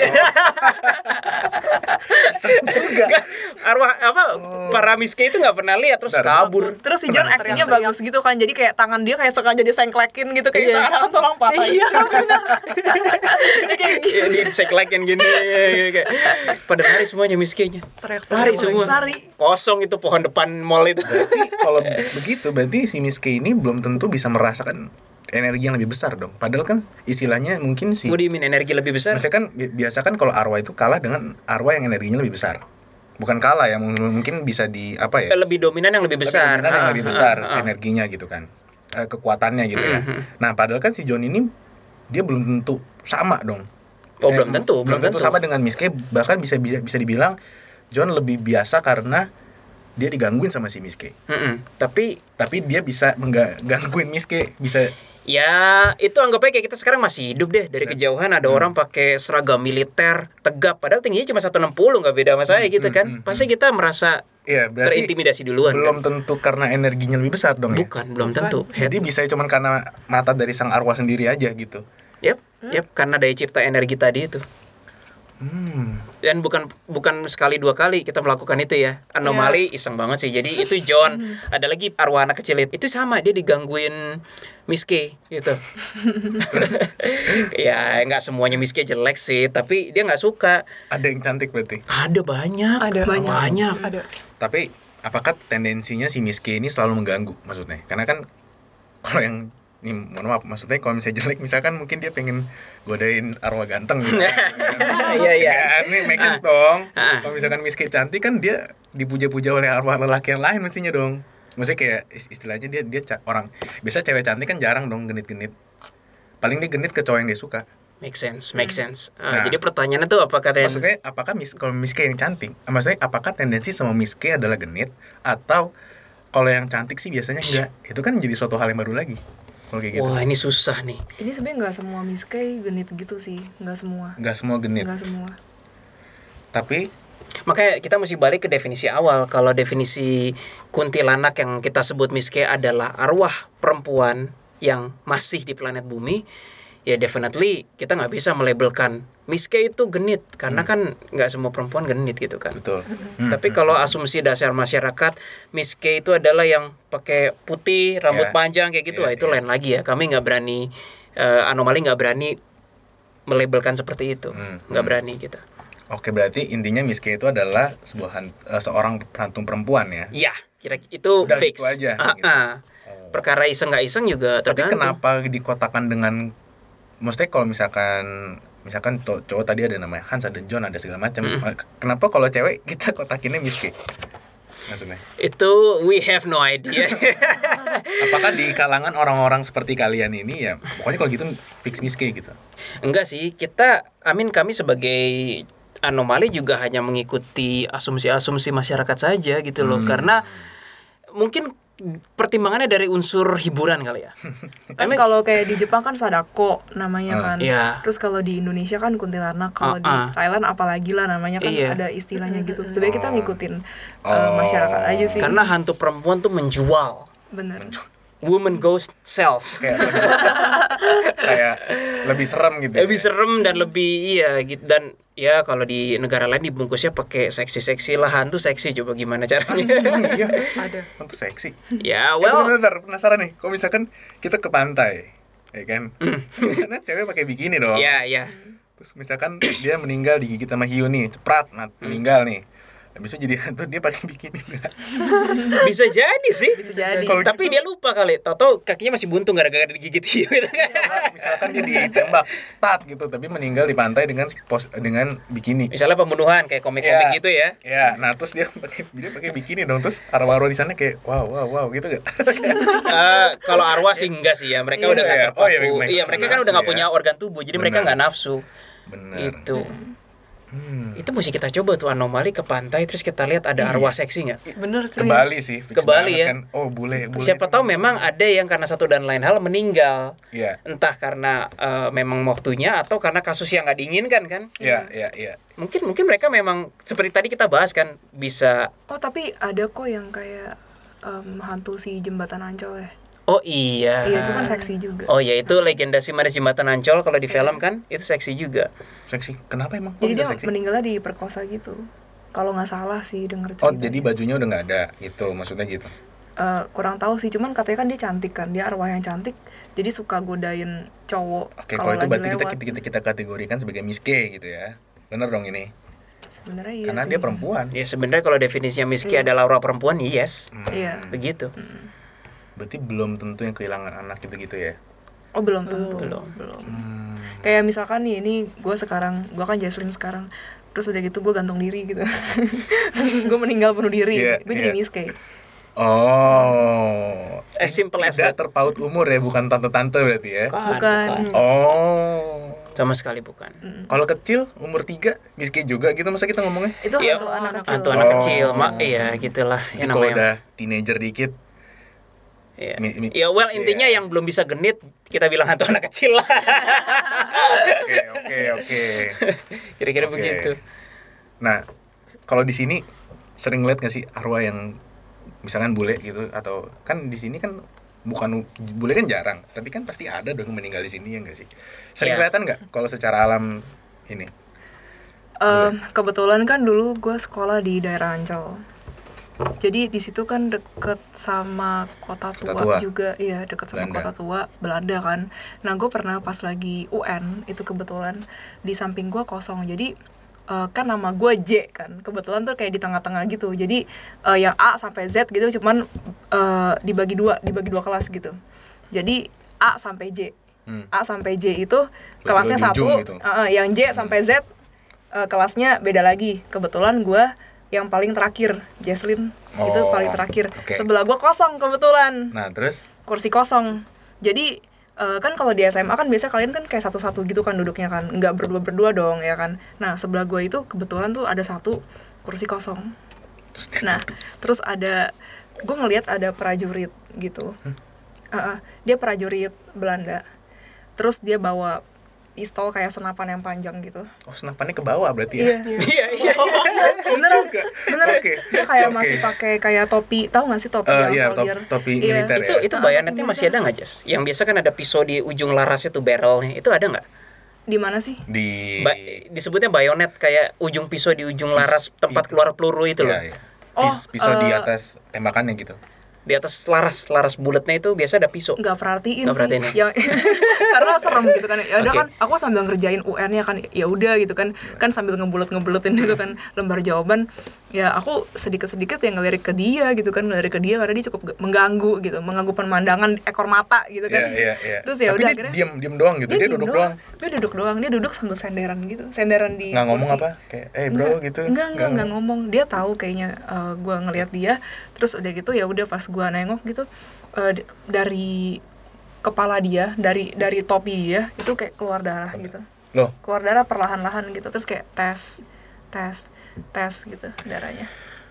juga. Arwah apa para Miss K itu nggak pernah lihat terus Bentar. kabur. Terus si John actingnya bagus gitu kan. Jadi kayak tangan dia kayak sengaja disengklekin gitu. Kayak Iya. seakan-akan tolong patah. Iya, benar. Kayak gitu. Ya disek-lekin gini kayak pada lari semuanya Miss K-nya. Teriak-teriak Lari lagi. semua. Lari. Kosong itu pohon depan mall itu. Berarti kalau begitu berarti si Miss K ini belum tentu bisa merasakan energi yang lebih besar dong. Padahal kan istilahnya mungkin si Mau dimin energi lebih besar. maksudnya kan bi- biasa kan kalau arwah itu kalah dengan arwah yang energinya lebih besar. Bukan kalah ya, mung- mungkin bisa di apa ya? Lebih dominan yang lebih lebih besar. dominan yang Ah, lebih ah, besar ah, ah. energinya gitu kan. Eh, kekuatannya gitu ya. Nah, padahal kan si John ini dia belum tentu sama dong. Oh, Eh, belum tentu, belum tentu. sama dengan Miss K, bahkan bisa bisa bisa dibilang John lebih biasa karena dia digangguin sama si Miss K. Mm-mm. Tapi Tapi dia bisa menggangguin Miss K, bisa ya itu anggap aja kayak kita sekarang masih hidup deh. Dari kejauhan ada orang pakai seragam militer tegap padahal tingginya cuma seratus enam puluh, nggak beda sama saya gitu kan. Pasti kita merasa Iya, berarti terintimidasi duluan belum kan? tentu karena energinya lebih besar dong ya. Bukan, belum tentu. Jadi bisa cuman karena mata dari sang arwah sendiri aja gitu. Yep, yep, karena daya cipta energi tadi itu. Hmm. Dan bukan bukan sekali dua kali kita melakukan itu ya. Anomali iseng banget sih. Jadi itu John. Ada lagi arwah anak kecil itu. Itu sama, dia digangguin Miss K gitu. Ya nggak semuanya Miss K jelek sih, tapi dia nggak suka. Ada yang cantik berarti. Ada banyak, Ada. banyak. banyak. Ada. Tapi apakah tendensinya si Miss K ini selalu mengganggu maksudnya? Karena kan kalau yang ini mohon maaf, maksudnya kalau misalnya jelek misalkan mungkin dia pengen godain arwah ganteng gitu. Iya iya. Ya, ini make sense dong. Ah. Kalau misalkan Miss K cantik kan dia dipuja-puja oleh arwah lelaki yang lain mestinya dong. Maksudnya kayak istilahnya dia dia ca- orang biasa cewek cantik kan jarang dong genit-genit. Paling dia genit ke cowok yang dia suka. Make sense, make sense. Uh, Nah. jadi pertanyaannya tuh apakah tendensi? Maksudnya apakah Miss kalau Miss K yang cantik? ah, Maksudnya apakah tendensi sama Miss K adalah genit atau kalau yang cantik sih biasanya enggak? Itu kan jadi suatu hal yang baru lagi. Kalau kayak gitu. Wah ini susah nih. Ini sebenarnya nggak semua Miss K genit gitu sih. Nggak semua. Enggak semua genit. Nggak semua. Tapi Makanya kita mesti balik ke definisi awal. Kalau definisi kuntilanak yang kita sebut Miss K adalah arwah perempuan yang masih di planet bumi, ya definitely kita nggak bisa melabelkan Miss K itu genit karena kan nggak semua perempuan genit gitu kan. Betul. Tapi kalau asumsi dasar masyarakat Miss K itu adalah yang pakai putih, rambut Ya. panjang kayak gitu, Ya, wah itu ya. lain lagi ya. Kami nggak berani, eh, anomali nggak berani melabelkan seperti itu, Hmm, nggak hmm. berani kita. Oke, berarti intinya Miss K itu adalah sebuah han- eh, seorang hantu perempuan ya. Ya, kira itu Udah fix. gitu aja, Ah, gitu. ah. Perkara iseng nggak iseng juga Tapi tergantung. kenapa dikotakan dengan, maksudnya kalau misalkan misalkan to- cowok tadi ada namanya Hans, ada John, ada segala macam. Kenapa kalau cewek kita kotakinnya Miss K? Maksudnya, Itu we have no idea. apakah di kalangan orang-orang seperti kalian ini ya, pokoknya kalau gitu fix Miss K gitu. Enggak sih, kita, amin kami sebagai anomali juga hanya mengikuti asumsi-asumsi masyarakat saja gitu loh. Karena mungkin pertimbangannya dari unsur hiburan kali ya. Kan Kami- kalau kayak di Jepang kan Sadako namanya Hmm. kan. Iya. Terus kalau di Indonesia kan kuntilanak, kalau Ah, di ah. Thailand apalagi lah namanya kan Iya. ada istilahnya gitu. Sebenarnya kita ngikutin uh, Oh. masyarakat aja sih. Karena hantu perempuan tuh menjual. bener. Woman ghost sells. Kayak kayak lebih serem gitu. Lebih ya. serem dan lebih iya gitu, dan ya kalau di negara lain dibungkusnya pakai seksi-seksi lah, hantu seksi, coba gimana caranya? Emang iya. Ada. Hantu seksi. Ya, Eh, well, bentar, bentar, penasaran nih. Kalau misalkan kita ke pantai, ya kan? Misalnya cewek pakai bikini dong. ya ya. Terus misalkan dia meninggal digigit sama hiu nih, ceprat, mat, meninggal nih. Habis itu jadi hantu dia pakai bikini enggak? Bisa jadi sih. Bisa jadi. Kalau Tapi dia lupa kali, tau-tau kakinya masih buntung gara-gara digigit hiu gitu kan. misalkan dia ditembak, tat gitu, tapi meninggal di pantai dengan pos, dengan bikini. Misalnya pembunuhan kayak komik-komik Iya. gitu ya. Ya, nah terus dia pakai dia pakai bikini dong, terus arwah-arwah di sana kayak wow wow wow gitu gak? Eh, kalau arwah sih enggak sih ya, mereka Iya, udah nggak iya. terpaku. Oh, iya, mereka iya, nggak mereka kan nafsu udah nggak ya. punya organ tubuh, jadi mereka Benar. nggak nafsu. Bener. Itu. Hmm. Itu mesti kita coba tuh anomali ke pantai, terus kita lihat ada arwah seksi nggak? Bener sih. Ke Bali sih, fix Ke Bali banget ya. kan. Oh, bule, bule. Siapa tahu memang ada yang karena satu dan lain hal meninggal. Iya. Entah karena eh, memang waktunya atau karena kasus yang nggak diinginkan kan. Iya, iya, iya. Mungkin mungkin mereka memang seperti tadi kita bahas kan, bisa. Oh tapi ada kok yang kayak um, hantu si jembatan Ancol ya. Oh iya. Iya itu kan seksi juga. Oh iya, itu legenda si Manis Jembatan Ancol kalau di film kan itu seksi juga. Seksi. Kenapa emang? Kok Jadi bisa dia seksi? meninggalnya diperkosa gitu. Kalau nggak salah sih denger Oh, cerita. jadi bajunya udah nggak ada gitu, maksudnya gitu. Eh, kurang tahu sih, cuman katanya kan dia cantik kan, dia arwah yang cantik, jadi suka godain cowok Oke, kalau kalau itu lagi berarti kita, lewat. kita kita kita kategorikan sebagai Miss K gitu ya. Bener dong ini. Sebenarnya iya Karena sih. dia perempuan. Ya sebenarnya kalau definisinya Miski adalah aura perempuan, yes. Iya. Begitu. Berarti belum tentu yang kehilangan anak gitu-gitu ya. Oh belum tentu. Belum. Belum. Kayak misalkan nih, ini gue sekarang, gue kan Jesslyn sekarang, terus udah gitu gue gantung diri gitu. Gue meninggal bunuh diri, Iya, gue jadi iya. Miss K. Oh. As simple as Tidak that. terpaut umur ya, bukan tante-tante berarti ya. Bukan. Oh. Sama sekali bukan. Kalau kecil umur tiga Miss K juga gitu, masa kita ngomongnya? Itu Iya, hantu anak kecil. Hantu anak Oh. kecil, mak, iya gitulah. Jadi Ya kalau namanya. udah teenager dikit, Iya. mi- mi- Ya well intinya iya. yang belum bisa genit kita bilang hantu anak kecil lah. Oke, oke, oke. Kira-kira Oke. begitu. Nah, kalau di sini sering lihat nggak sih arwah yang misalkan bule gitu, atau kan di sini kan bukan bule kan jarang, tapi kan pasti ada dong yang meninggal di sini ya nggak sih? Sering Iya. kelihatan nggak kalau secara alam ini? Em, kebetulan kan dulu gue sekolah di daerah Ancol. Jadi di situ kan deket sama kota tua, Kota tua. juga, iya deket sama Belanda. kota tua Belanda kan. Nah gue pernah pas lagi U N itu kebetulan di samping gue kosong. Jadi eh, kan nama gue J kan, kebetulan tuh kayak di tengah-tengah gitu. Jadi eh, yang A sampai Z gitu, cuman eh, dibagi dua, dibagi dua kelas gitu. Jadi A sampai J, Hmm. A sampai J itu kelasnya di satu, ujung gitu. eh, yang J sampai Z eh, kelasnya beda lagi. Kebetulan gue yang paling terakhir, Jesslyn itu Oh, paling terakhir. oke. Sebelah gue kosong kebetulan, Nah, terus kursi kosong. Jadi eh, kan kalau di S M A kan biasa kalian kan kayak satu-satu gitu kan duduknya kan, nggak berdua-berdua dong ya kan. Nah sebelah gue itu kebetulan tuh ada satu kursi kosong. Nah terus ada, gue ngelihat ada prajurit gitu. Uh-uh, dia prajurit Belanda. Terus dia bawa pistol kayak senapan yang panjang gitu. Oh, senapannya ke bawah berarti ya? Iya. Iya, iya. Beneran, Juga. beneran. Oke. Dia kayak Oke. masih pakai kayak topi, tahu nggak sih topi Eh, yang iya, top- soldier? topi Iya. militer Itu ya. itu Ah, bayonetnya tapi masih ada nggak, Jas? Yang biasa kan ada pisau di ujung larasnya tuh barrelnya. Itu ada nggak? Di mana sih? Di Ba- disebutnya bayonet kayak ujung pisau di ujung laras tempat itu. keluar peluru itu loh. Iya, iya. Oh, Pis- pisau di eh, atas tembakannya gitu. Di atas laras, laras bulatnya itu biasa ada pisau. Nggak perhatiin Nggak sih. perhatiin ya? Ya, karena serem gitu kan. Ya udah Oke. kan, aku sambil ngerjain U N-nya kan, ya udah gitu kan, kan sambil ngebulet-ngebuletin gitu kan lembar jawaban. Ya aku sedikit-sedikit yang ngelirik ke dia gitu kan, ngelirik ke dia karena dia cukup ge- mengganggu gitu, mengganggu pemandangan ekor mata gitu kan. Iya, iya, iya. Terus ya Tapi udah dia akhirnya diam diam doang gitu. Dia, diem duduk doang. Dia duduk doang. Dia duduk sambil senderan gitu, senderan di Nggak ngomong kursi. apa? Kayak, "Eh, bro," Enggak, gitu. Enggak, enggak, enggak ngomong. ngomong. Dia tahu kayaknya uh, gua ngelihat dia. Terus udah gitu ya udah pas gua nengok gitu uh, d- dari kepala dia, dari dari topi dia itu kayak keluar darah gitu. Loh, Keluar darah perlahan-lahan gitu. Terus kayak tes tes tes gitu darahnya.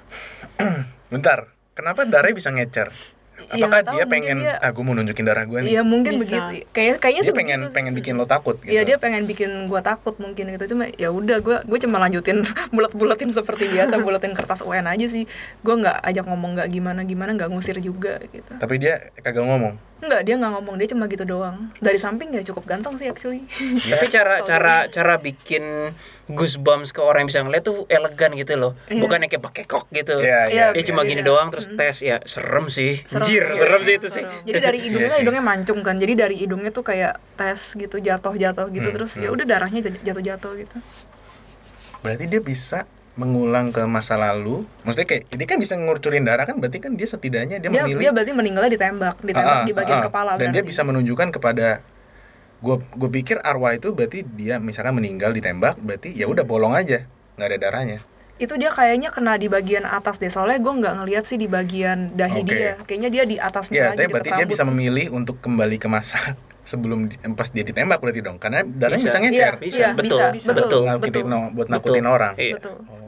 bentar. Kenapa darahnya bisa ngecer? Iya, Apakah nggak tahu, dia mungkin pengen dia- ah gue mau nunjukin darah gue nih? Iya mungkin Bisa. begitu. Kayak kayaknya Dia sih pengen begitu. pengen bikin lo takut gitu. Iya dia pengen bikin gua takut mungkin gitu, cuma ya udah gua gue cuma lanjutin bulat-bulatin seperti biasa, bulatin kertas U N aja sih. Gua nggak ajak ngomong nggak gimana gimana, nggak ngusir juga gitu. Tapi dia kagak ngomong. Enggak, dia nggak ngomong, dia cuma gitu doang. Dari samping ya cukup ganteng sih actually. Tapi cara Soalnya- cara cara bikin goosebumps ke orang yang bisa ngeliat tuh elegan gitu loh. Iya. Bukan yang kayak pakai kok gitu. Iya, iya. Dia cuma gini Iya. doang terus tes ya serem sih. Serem. Anjir, Iya, serem iya, sih itu sih. serem. Jadi dari hidungnya Iya kan sih. hidungnya mancung kan, jadi dari hidungnya tuh kayak tes gitu jatuh-jatuh gitu, Hmm, terus hmm. ya udah darahnya jat- jatuh-jatuh gitu. Berarti dia bisa mengulang ke masa lalu. Maksudnya kayak ini kan bisa ngucurin darah kan, berarti kan dia setidaknya dia, Dia memilih dia berarti meninggalnya ditembak, ditembak Ah, ah, di bagian ah, ah. kepala dan dia berarti. bisa menunjukkan kepada gue gue pikir arwah itu berarti dia misalkan meninggal ditembak, berarti ya udah bolong aja, nggak ada darahnya. Itu dia kayaknya kena di bagian atas deh, soalnya gue nggak ngeliat sih di bagian dahi Oke. dia. Kayaknya dia di atasnya Ya, aja tapi deket berarti dia rambut. bisa memilih untuk kembali ke masa sebelum di- pas dia ditembak berarti dong, karena darahnya Bisa. bisa, ngecer. Iya, Bisa, iya, betul, bisa, bisa. betul, betul. Nakutin, betul. buat nakutin Betul. orang. Iya. Betul. Oh.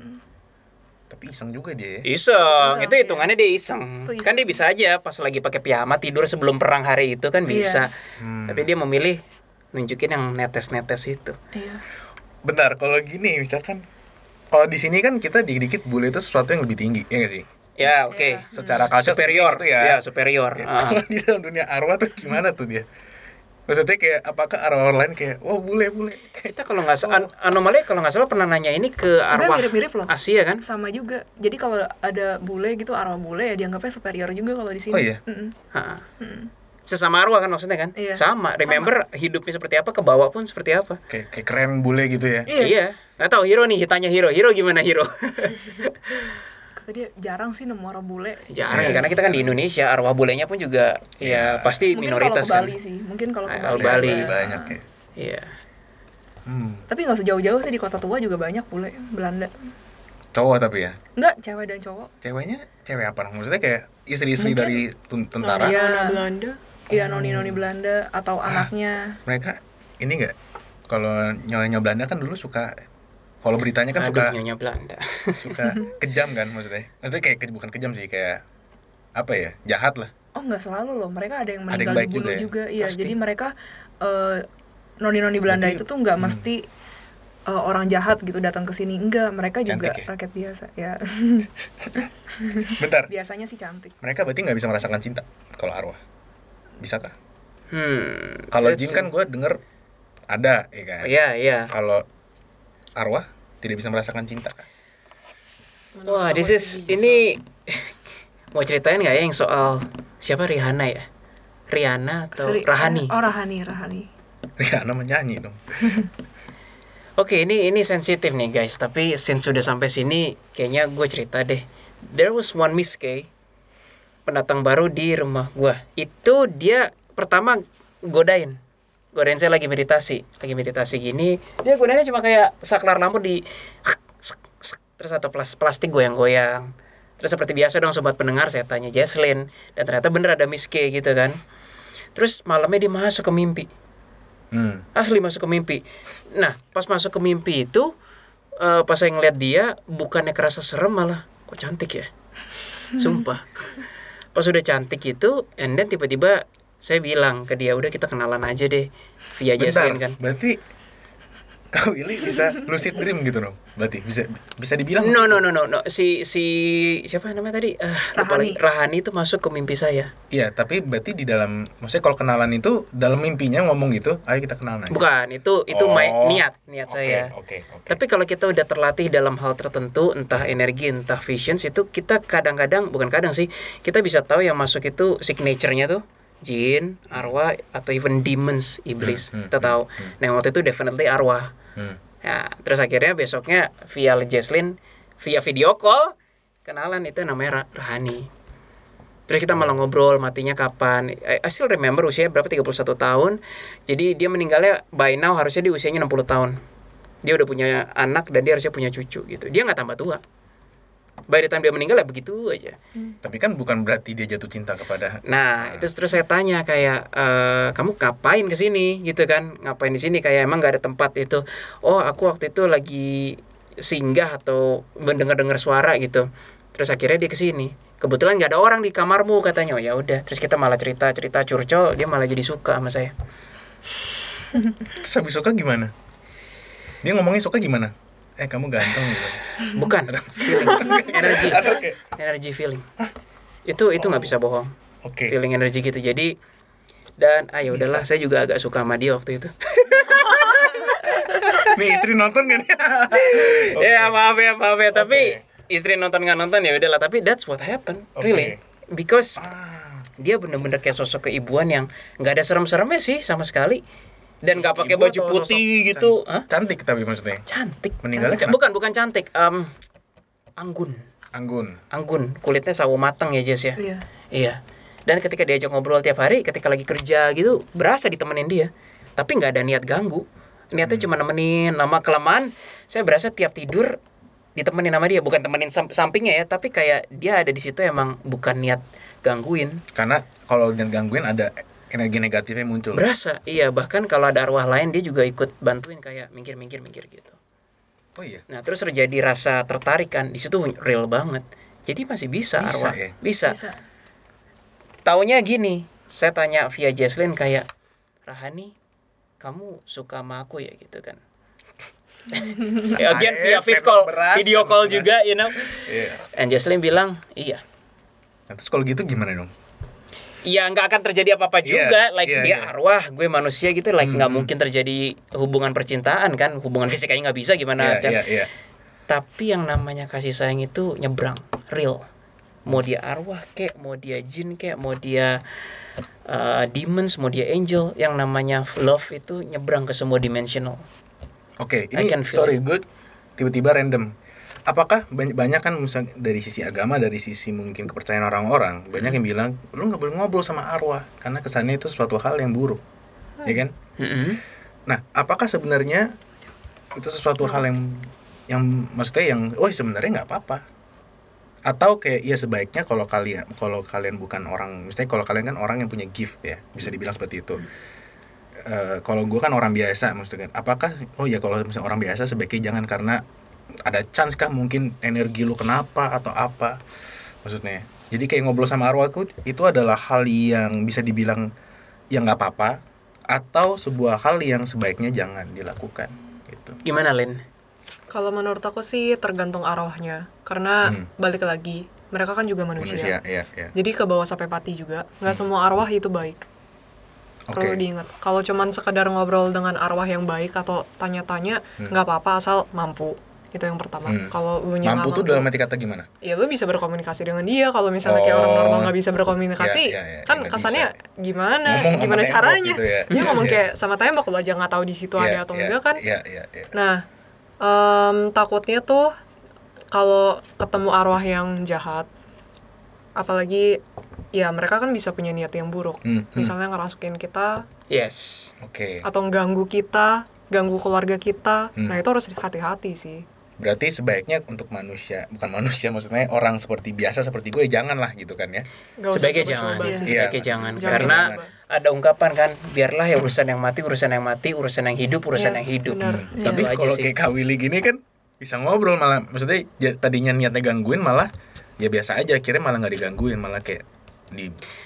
Tapi iseng juga dia. ya. Iseng, Iseng, itu iya. hitungannya dia iseng. Itu iseng. Kan dia bisa aja pas lagi pakai piyama tidur sebelum perang hari itu kan bisa. Hmm. Tapi dia memilih nunjukin yang netes-netes itu. Iya. Bentar, kalau gini misalkan kalau di sini kan kita dikit-dikit bule itu sesuatu yang lebih tinggi, ya nggak sih? Ya, oke. Iya. Secara culture Superior itu ya. Ya, superior. Ya, Ah. kalau di dalam dunia arwah tuh gimana tuh dia? Maksudnya kayak apakah arwah lain kayak wah bule bule? Kita kalau nggak salah, an- anomali kalau nggak salah pernah nanya ini ke Sebenarnya arwah mirip-mirip loh. Asia kan? Sama juga. Jadi kalau ada bule gitu, arwah bule ya dianggapnya superior juga kalau di sini. Oh iya? Mm-mm. Ha. Mm-mm. Sesama arwah kan maksudnya kan? Iya. Sama. Remember hidupnya seperti apa, ke bawah pun seperti apa. Kayak kayak keren bule gitu ya? Iya. Iya. Nggak tahu Hiro nih, tanya Hiro. Hiro gimana Hiro? Kata dia jarang sih nemu orang bule. Jarang Iya, ya, karena kita kan di Indonesia, arwah bulenya pun juga ya pasti Mungkin minoritas kalau ke kan. Bali sih. Mungkin kalau ke Ah, Bali. Bali. ada. Banyak ya. Iya. Hmm. Tapi nggak sejauh-jauh sih, di kota tua juga banyak bule Belanda. Cowok tapi ya. Enggak, cewek dan cowok. Ceweknya cewek apa? Maksudnya kayak istri-istri Mungkin- dari tun- tentara. Iya. Nona Belanda. Iya, noni-noni Belanda atau anaknya. Mereka ini enggak kalau nyonya Belanda kan dulu suka kalau beritanya kan Aduh, suka nyonya Belanda. suka kejam kan maksudnya. Maksudnya kayak ke- bukan kejam sih, kayak apa ya? Jahat lah. Oh, nggak selalu loh. Mereka ada yang Ada yang meninggal baik dibunuh juga juga. ya? Iya, Pasti. jadi mereka eh, noni-noni Belanda Berarti- itu tuh nggak hmm. mesti eh, orang jahat gitu datang ke sini. Enggak, mereka juga Cantik ya? rakyat biasa. Ya. Bentar. Biasanya sih cantik. Mereka berarti nggak bisa merasakan cinta kalau arwah. Bisakah? Hmm. Kalau let's jin see. kan gue denger ada, ya kan? Iya, iya. Kalau arwah tidak bisa merasakan cinta. Menurut Wah, aku this sih is bisa. ini mau ceritain nggak ya yang soal siapa Rihanna ya? Rihanna atau Seri- Rahani? Oh, Rahani, Rahani. Rihanna menyanyi dong. Oke, ini ini sensitif nih guys. Tapi since sudah sampai sini, kayaknya gue cerita deh. There was one Miss K, pendatang baru di rumah gue. Itu dia pertama godain, godain saya lagi meditasi, lagi meditasi gini. Dia godainnya cuma kayak saklar lampu di, terus atau plas plastik goyang-goyang. Terus seperti biasa dong sobat pendengar, saya tanya Jesslyn, dan ternyata bener ada Miss K gitu kan. Terus malamnya dia masuk ke mimpi. Hmm. Asli masuk ke mimpi. Nah, pas masuk ke mimpi itu, uh, pas saya ngeliat dia, bukannya kerasa serem malah, kok cantik ya? Sumpah. Pas udah cantik itu, and then tiba-tiba Saya bilang ke dia, udah kita kenalan aja deh via Jesslyn kan. Berarti Kak Willy bisa lucid dream gitu dong. Berarti bisa bisa dibilang. No no no no no. Si si siapa namanya tadi? Uh, Rahani. Rahani itu masuk ke mimpi saya. Iya, tapi berarti di dalam, maksudnya kalau kenalan itu dalam mimpinya ngomong gitu, ayo kita kenalan aja. Bukan, itu itu Oh. my, niat niat Oke, saya. Oke, oke. Tapi kalau kita udah terlatih dalam hal tertentu, entah energi, entah visions, itu kita kadang-kadang, bukan kadang sih, kita bisa tahu yang masuk itu signature-nya tuh jin, arwah, atau even demons, iblis. Hmm, hmm, Kita tahu. Nah, yang waktu itu definitely arwah. Hmm. Ya, terus akhirnya besoknya via Jesslyn, via video call, kenalan itu namanya Ra- Rahani. Terus kita malah ngobrol matinya kapan. I, I still remember usianya berapa, tiga puluh satu tahun. Jadi dia meninggalnya by now harusnya di usianya enam puluh tahun. Dia udah punya anak dan dia harusnya punya cucu gitu. Dia nggak tambah tua. By the time dia meninggal ya begitu aja. Tapi kan bukan berarti dia jatuh cinta kepada. Nah, itu terus saya tanya kayak e, kamu ngapain ke sini gitu kan? Ngapain di sini, kayak emang nggak ada tempat itu. Oh, aku waktu itu lagi singgah atau mendengar-dengar suara gitu. Terus akhirnya dia ke sini. Kebetulan nggak ada orang di kamarmu katanya. Oh ya udah, terus kita malah cerita-cerita curcol, dia malah jadi suka sama saya. Terus habis suka gimana? Dia ngomongnya suka gimana? Eh kamu ganteng gitu. Bukan, feeling, energi, energi feeling. Itu itu nggak bisa bohong. Oke. Feeling energi gitu. Jadi dan ayo udahlah, saya juga agak suka sama dia waktu itu. Nih istri nonton kan? Ya maaf ya maaf ya, tapi istri nonton nggak nonton ya udahlah. Tapi that's what happened, really, because Ah, dia bener-bener kayak sosok keibuan yang nggak ada serem-seremnya sih sama sekali, dan nggak pakai ibu baju atau putih sosok gitu. can- Hah? Cantik tapi maksudnya. Cantik. Meninggalnya Cantik. kenapa? Bukan bukan cantik. Um, anggun, Anggun. anggun. Kulitnya sawo matang ya Jess ya. Iya. Iya. Dan ketika diajak ngobrol tiap hari, ketika lagi kerja gitu, berasa ditemenin dia. Tapi nggak ada niat ganggu. Niatnya Hmm. cuma nemenin. Lama kelamaan, saya berasa tiap tidur ditemenin sama dia. Bukan temenin sam- sampingnya ya, tapi kayak dia ada di situ emang bukan niat gangguin. Karena kalau dan gangguin ada energi negatifnya muncul. Berasa, iya. Bahkan kalau ada arwah lain, dia juga ikut bantuin kayak minggir-minggir-minggir gitu. Oh iya. Nah, terus terjadi rasa tertarik kan. Di situ real banget. Jadi masih bisa, Bisa arwah. ya? Bisa. Bisa. Taunya gini, saya tanya via Jesslyn kayak, Rahani, kamu suka sama aku ya gitu kan. Again via Eh, vid sendok call, beras, video sendok call beras. juga, you know. Iya. And Jesslyn bilang, iya. Nah, terus kalau gitu gimana dong? Iya, nggak akan terjadi apa-apa Iya, juga. Like iya, dia iya. arwah, gue manusia gitu. Like nggak Hmm. mungkin terjadi hubungan percintaan kan. Hubungan fisik aja nggak bisa, gimana? Iya, Chan? iya, iya. Tapi yang namanya kasih sayang itu nyebrang, real. Mau dia arwah kek, mau dia jin kek, mau dia uh, demons, mau dia angel, yang namanya love itu nyebrang ke semua dimensional. Oke, I ini can feel sorry good, tiba-tiba random. Apakah banyak, banyak kan misalnya dari sisi agama, dari sisi mungkin kepercayaan orang-orang, banyak yang bilang lu nggak boleh ngobrol sama arwah karena kesannya itu suatu hal yang buruk, ya kan? Mm-mm. Nah, apakah sebenarnya itu sesuatu hal yang yang maksudnya yang, oh sebenarnya nggak apa-apa? Atau kayak ya sebaiknya kalau kalian kalau kalian bukan orang, misalnya kalau kalian kan orang yang punya gift ya, bisa dibilang seperti itu. Eh, kalau gue kan orang biasa maksudnya kan, apakah oh ya kalau misalnya orang biasa sebaiknya jangan karena ada chance kah mungkin energi lu kenapa atau apa maksudnya. Jadi kayak ngobrol sama arwahku itu adalah hal yang bisa dibilang ya nggak apa-apa atau sebuah hal yang sebaiknya jangan dilakukan gitu. Gimana Lin? Kalau menurut aku sih tergantung arwahnya. Karena Hmm. balik lagi, mereka kan juga manusia. Manusia, iya, iya. Jadi ke bawah sampai pati juga. Nggak semua arwah itu baik. Perlu Oke. diingat. Kalau cuman sekedar ngobrol dengan arwah yang baik atau tanya-tanya, nggak apa-apa asal mampu. Itu yang pertama. Hmm. Kalau lu nya nggak Mampu tuh dalam arti kata gimana? ya lu bisa berkomunikasi dengan dia. Kalau misalnya kayak Oh. orang normal nggak bisa berkomunikasi, Ya, ya, ya, kan ya, nggak kesannya gimana Ngomong sama gimana tembok caranya gitu ya. dia ngomong Iya. kayak sama tembok, lu aja nggak tahu di situ ada Iya, atau iya, enggak kan. Iya, iya, iya. Nah, em, takutnya tuh kalau ketemu arwah yang jahat, apalagi ya mereka kan bisa punya niat yang buruk. Hmm, hmm. Misalnya ngerasukin kita Yes. Oke. atau ganggu kita, ganggu keluarga kita. Hmm. Nah, itu harus hati-hati sih. Berarti sebaiknya untuk manusia, bukan manusia maksudnya orang seperti biasa seperti gue janganlah gitu kan ya. Gak usah Sebaiknya jangan, coba-coba sih. Iya. sebaiknya jangan. Jangan Karena coba. ada ungkapan kan, biarlah ya urusan yang mati, urusan yang mati, urusan yang hidup, urusan Yes, yang hidup. benar. Hmm. Tapi Itu aja kalau sih. kayak Kak Willy gini kan bisa ngobrol malah, maksudnya ja- tadinya niatnya gangguin malah ya biasa aja, akhirnya malah nggak digangguin, malah kayak di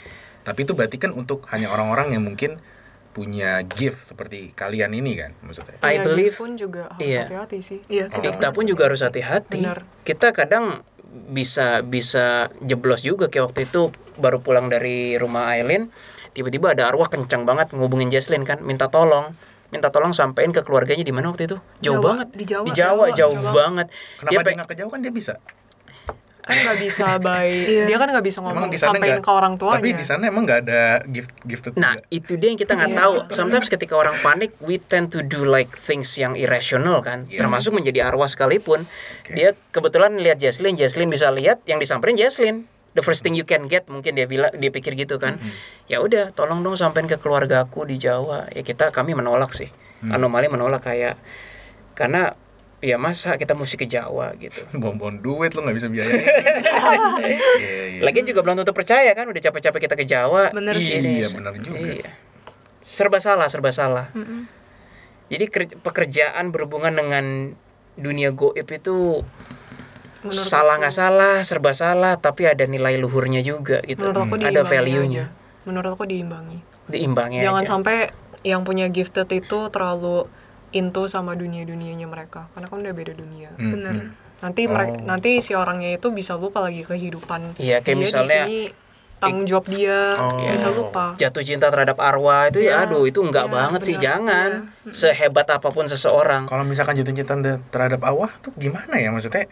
Tapi itu berarti kan untuk hanya orang-orang yang mungkin punya gift seperti kalian ini kan maksudnya. I Ya, believe pun juga harus iya. hati-hati sih. Iya, kita pun juga harus hati-hati. Benar. Kita kadang bisa bisa jeblos juga kayak waktu itu baru pulang dari rumah Aileen, tiba-tiba ada arwah kencang banget ngubungin Jesslyn kan, minta tolong. Minta tolong sampein ke keluarganya di mana waktu itu? Jauh Jawa, banget. di Jawa. Di Jawa, Jawa, jauh Jawa. banget. Kenapa Dia dia pe- nggak ke jauh kan dia bisa? Kan nggak bisa baik. Iya. Dia kan nggak bisa Emang ngomong di sana sampein nggak- ke orang tuanya. Tapi di sana emang nggak ada gift gifted Nah, juga. itu dia yang kita nggak Iya. tahu. Sometimes ketika orang panik, we tend to do like things yang irrational kan. Iya. Termasuk menjadi arwah sekalipun. Oke. Dia kebetulan lihat Jesslyn, Jesslyn bisa lihat yang disamperin Jesslyn. The first thing you can get, mungkin dia bilang, dia pikir gitu kan. Ya udah, tolong dong sampein ke keluarga aku di Jawa. Ya kita kami menolak sih. Anomali menolak kayak karena ya masa kita mesti ke Jawa gitu. Bom-bom duit lo nggak bisa biayain. Iya, iya. Lagian juga belum tentu percaya kan, udah capek-capek kita ke Jawa. Bener sih. Ini- Iya, bener juga. Iya. Serba salah, serba salah. Jadi ker- pekerjaan berhubungan dengan dunia goib itu Menurut salah aku- nggak salah, serba salah, tapi ada nilai luhurnya juga gitu. Menurut aku ada diimbangi value-nya, aja. Menurut aku diimbangi. diimbangi Jangan aja. sampai yang punya gifted itu terlalu into sama dunia-dunianya mereka. Karena kan udah beda dunia. Hmm, Bener. hmm. Nanti mereka nanti si orangnya itu bisa lupa lagi kehidupan. Iya, kayak dia misalnya- di sini tanggung jawab dia Oh. bisa lupa. Jatuh cinta terhadap arwah itu ya, Iya, aduh itu enggak iya, banget sih, benar, jangan. Sehebat apapun seseorang. Kalau misalkan jatuh cinta terhadap arwah tuh gimana ya maksudnya?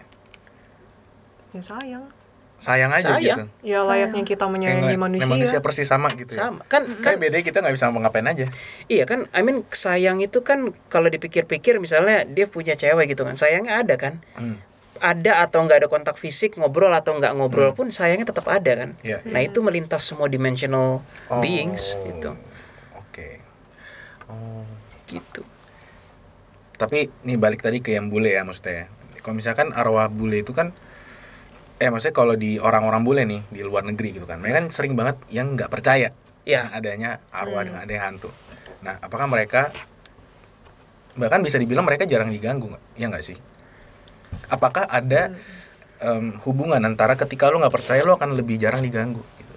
Ya sayang. Sayang aja Sayang. gitu. Ya layaknya kita menyayangi Kayak manusia. manusia persis sama gitu ya. Sama. Kan kan Kayak bedanya kita nggak bisa ngapain aja. iya kan, I mean sayang itu kan kalau dipikir-pikir misalnya dia punya cewek gitu kan, sayangnya ada kan. Hmm. Ada atau nggak ada kontak fisik, ngobrol atau nggak ngobrol pun sayangnya tetap ada kan. Iya. Nah itu melintas semua dimensional Oh. beings gitu. Oke. Oh. Gitu. Tapi nih balik tadi ke yang bule ya maksudnya. Kalau misalkan arwah bule itu kan eh maksudnya kalau di orang-orang bule nih di luar negeri gitu kan, mereka kan sering banget yang nggak percaya Ya. dengan adanya arwah, dengan adanya hantu. Nah, apakah mereka bahkan bisa dibilang mereka jarang diganggu nggak? Ya nggak sih? Apakah ada em, hubungan antara ketika lo nggak percaya lo akan lebih jarang diganggu gitu?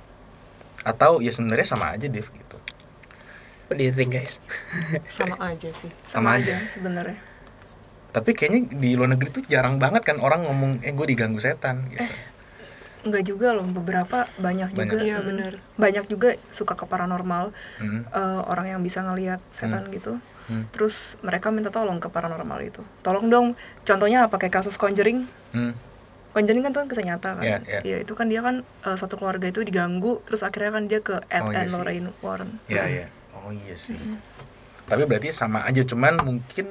Atau ya sebenarnya sama aja Dev gitu? What do you think guys? Sama aja sih. Sama Sama aja. aja sebenarnya. Tapi kayaknya di luar negeri tuh jarang banget kan orang ngomong eh gue diganggu setan gitu. Enggak juga loh, beberapa banyak, Banyak. juga. Iya, Mm. bener. Banyak juga suka ke paranormal. Hmm. eh, orang yang bisa ngelihat setan gitu. Hmm. Terus mereka minta tolong ke paranormal itu. Tolong dong. Contohnya apa, kayak kasus Conjuring. Hmm. Conjuring kan tuh kisah nyata kan. Iya, iya. Iya, itu kan dia kan eh, satu keluarga itu diganggu, terus akhirnya kan dia ke Ed Oh, iya and sih. Lorraine Warren. Iya, iya. Oh iya sih. Tapi berarti sama aja, cuman mungkin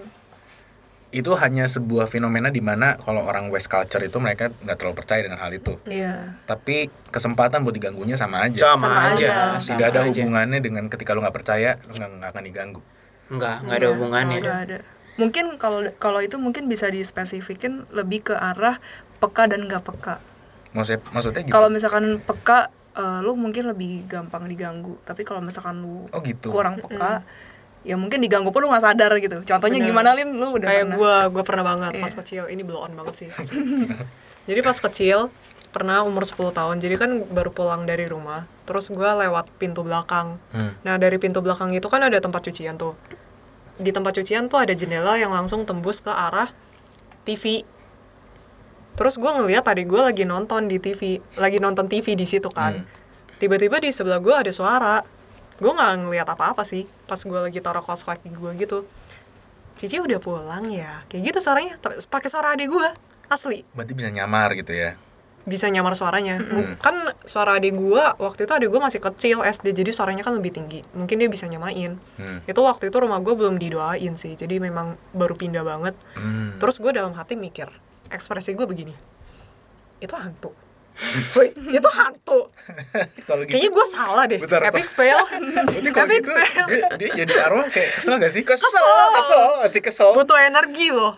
itu hanya sebuah fenomena di mana kalau orang West culture itu mereka nggak terlalu percaya dengan hal itu. Iya. Tapi kesempatan buat diganggunya sama aja. Sama, Sama aja. aja. sama Tidak ada aja. hubungannya dengan ketika lu nggak percaya lu nggak nggak akan diganggu. Enggak, enggak ada Iya, hubungannya. nggak ada. Mungkin kalau kalau itu mungkin bisa dispesifikin lebih ke arah peka dan nggak peka. Maksudnya maksudnya gitu. Kalau misalkan peka, eh, lu mungkin lebih gampang diganggu. Tapi kalau misalkan lu Oh, gitu. kurang peka, ya mungkin diganggu pun lu nggak sadar gitu. Contohnya Bener. gimana Lin? Lu udah Kayak pernah? gue, gue pernah banget pas Iya. kecil. Ini blow on banget sih. Jadi pas kecil, pernah umur sepuluh tahun. Jadi kan baru pulang dari rumah. Terus gue lewat pintu belakang. Hmm. Nah dari pintu belakang itu kan ada tempat cucian tuh. Di tempat cucian tuh ada jendela yang langsung tembus ke arah T V. Terus gue ngeliat adik gue lagi nonton di T V. Lagi nonton T V di situ kan. Tiba-tiba di sebelah gue ada suara. Gue nggak ngeliat apa-apa sih pas gue lagi taruh kaos kaki gue gitu. Cici udah pulang ya, kayak gitu suaranya, T- pakai suara adik gue, asli. Berarti bisa nyamar gitu ya. Bisa nyamar suaranya. Mu- Kan suara adik gue waktu itu adik gue masih kecil S D, jadi suaranya kan lebih tinggi. Mungkin dia bisa nyamain. Hmm. Itu waktu itu rumah gue belum didoain sih, jadi memang baru pindah banget. Hmm. Terus gue dalam hati mikir, ekspresi gue begini, itu hantu. Woi, itu hantu. Kalau gitu, Kayaknya gue salah deh. Bentar, Epic fail. berarti kalau Epic gitu fail. dia, dia jadi arwah kayak kesel gak sih? Kesel, kesel, pasti kesel. Butuh energi loh.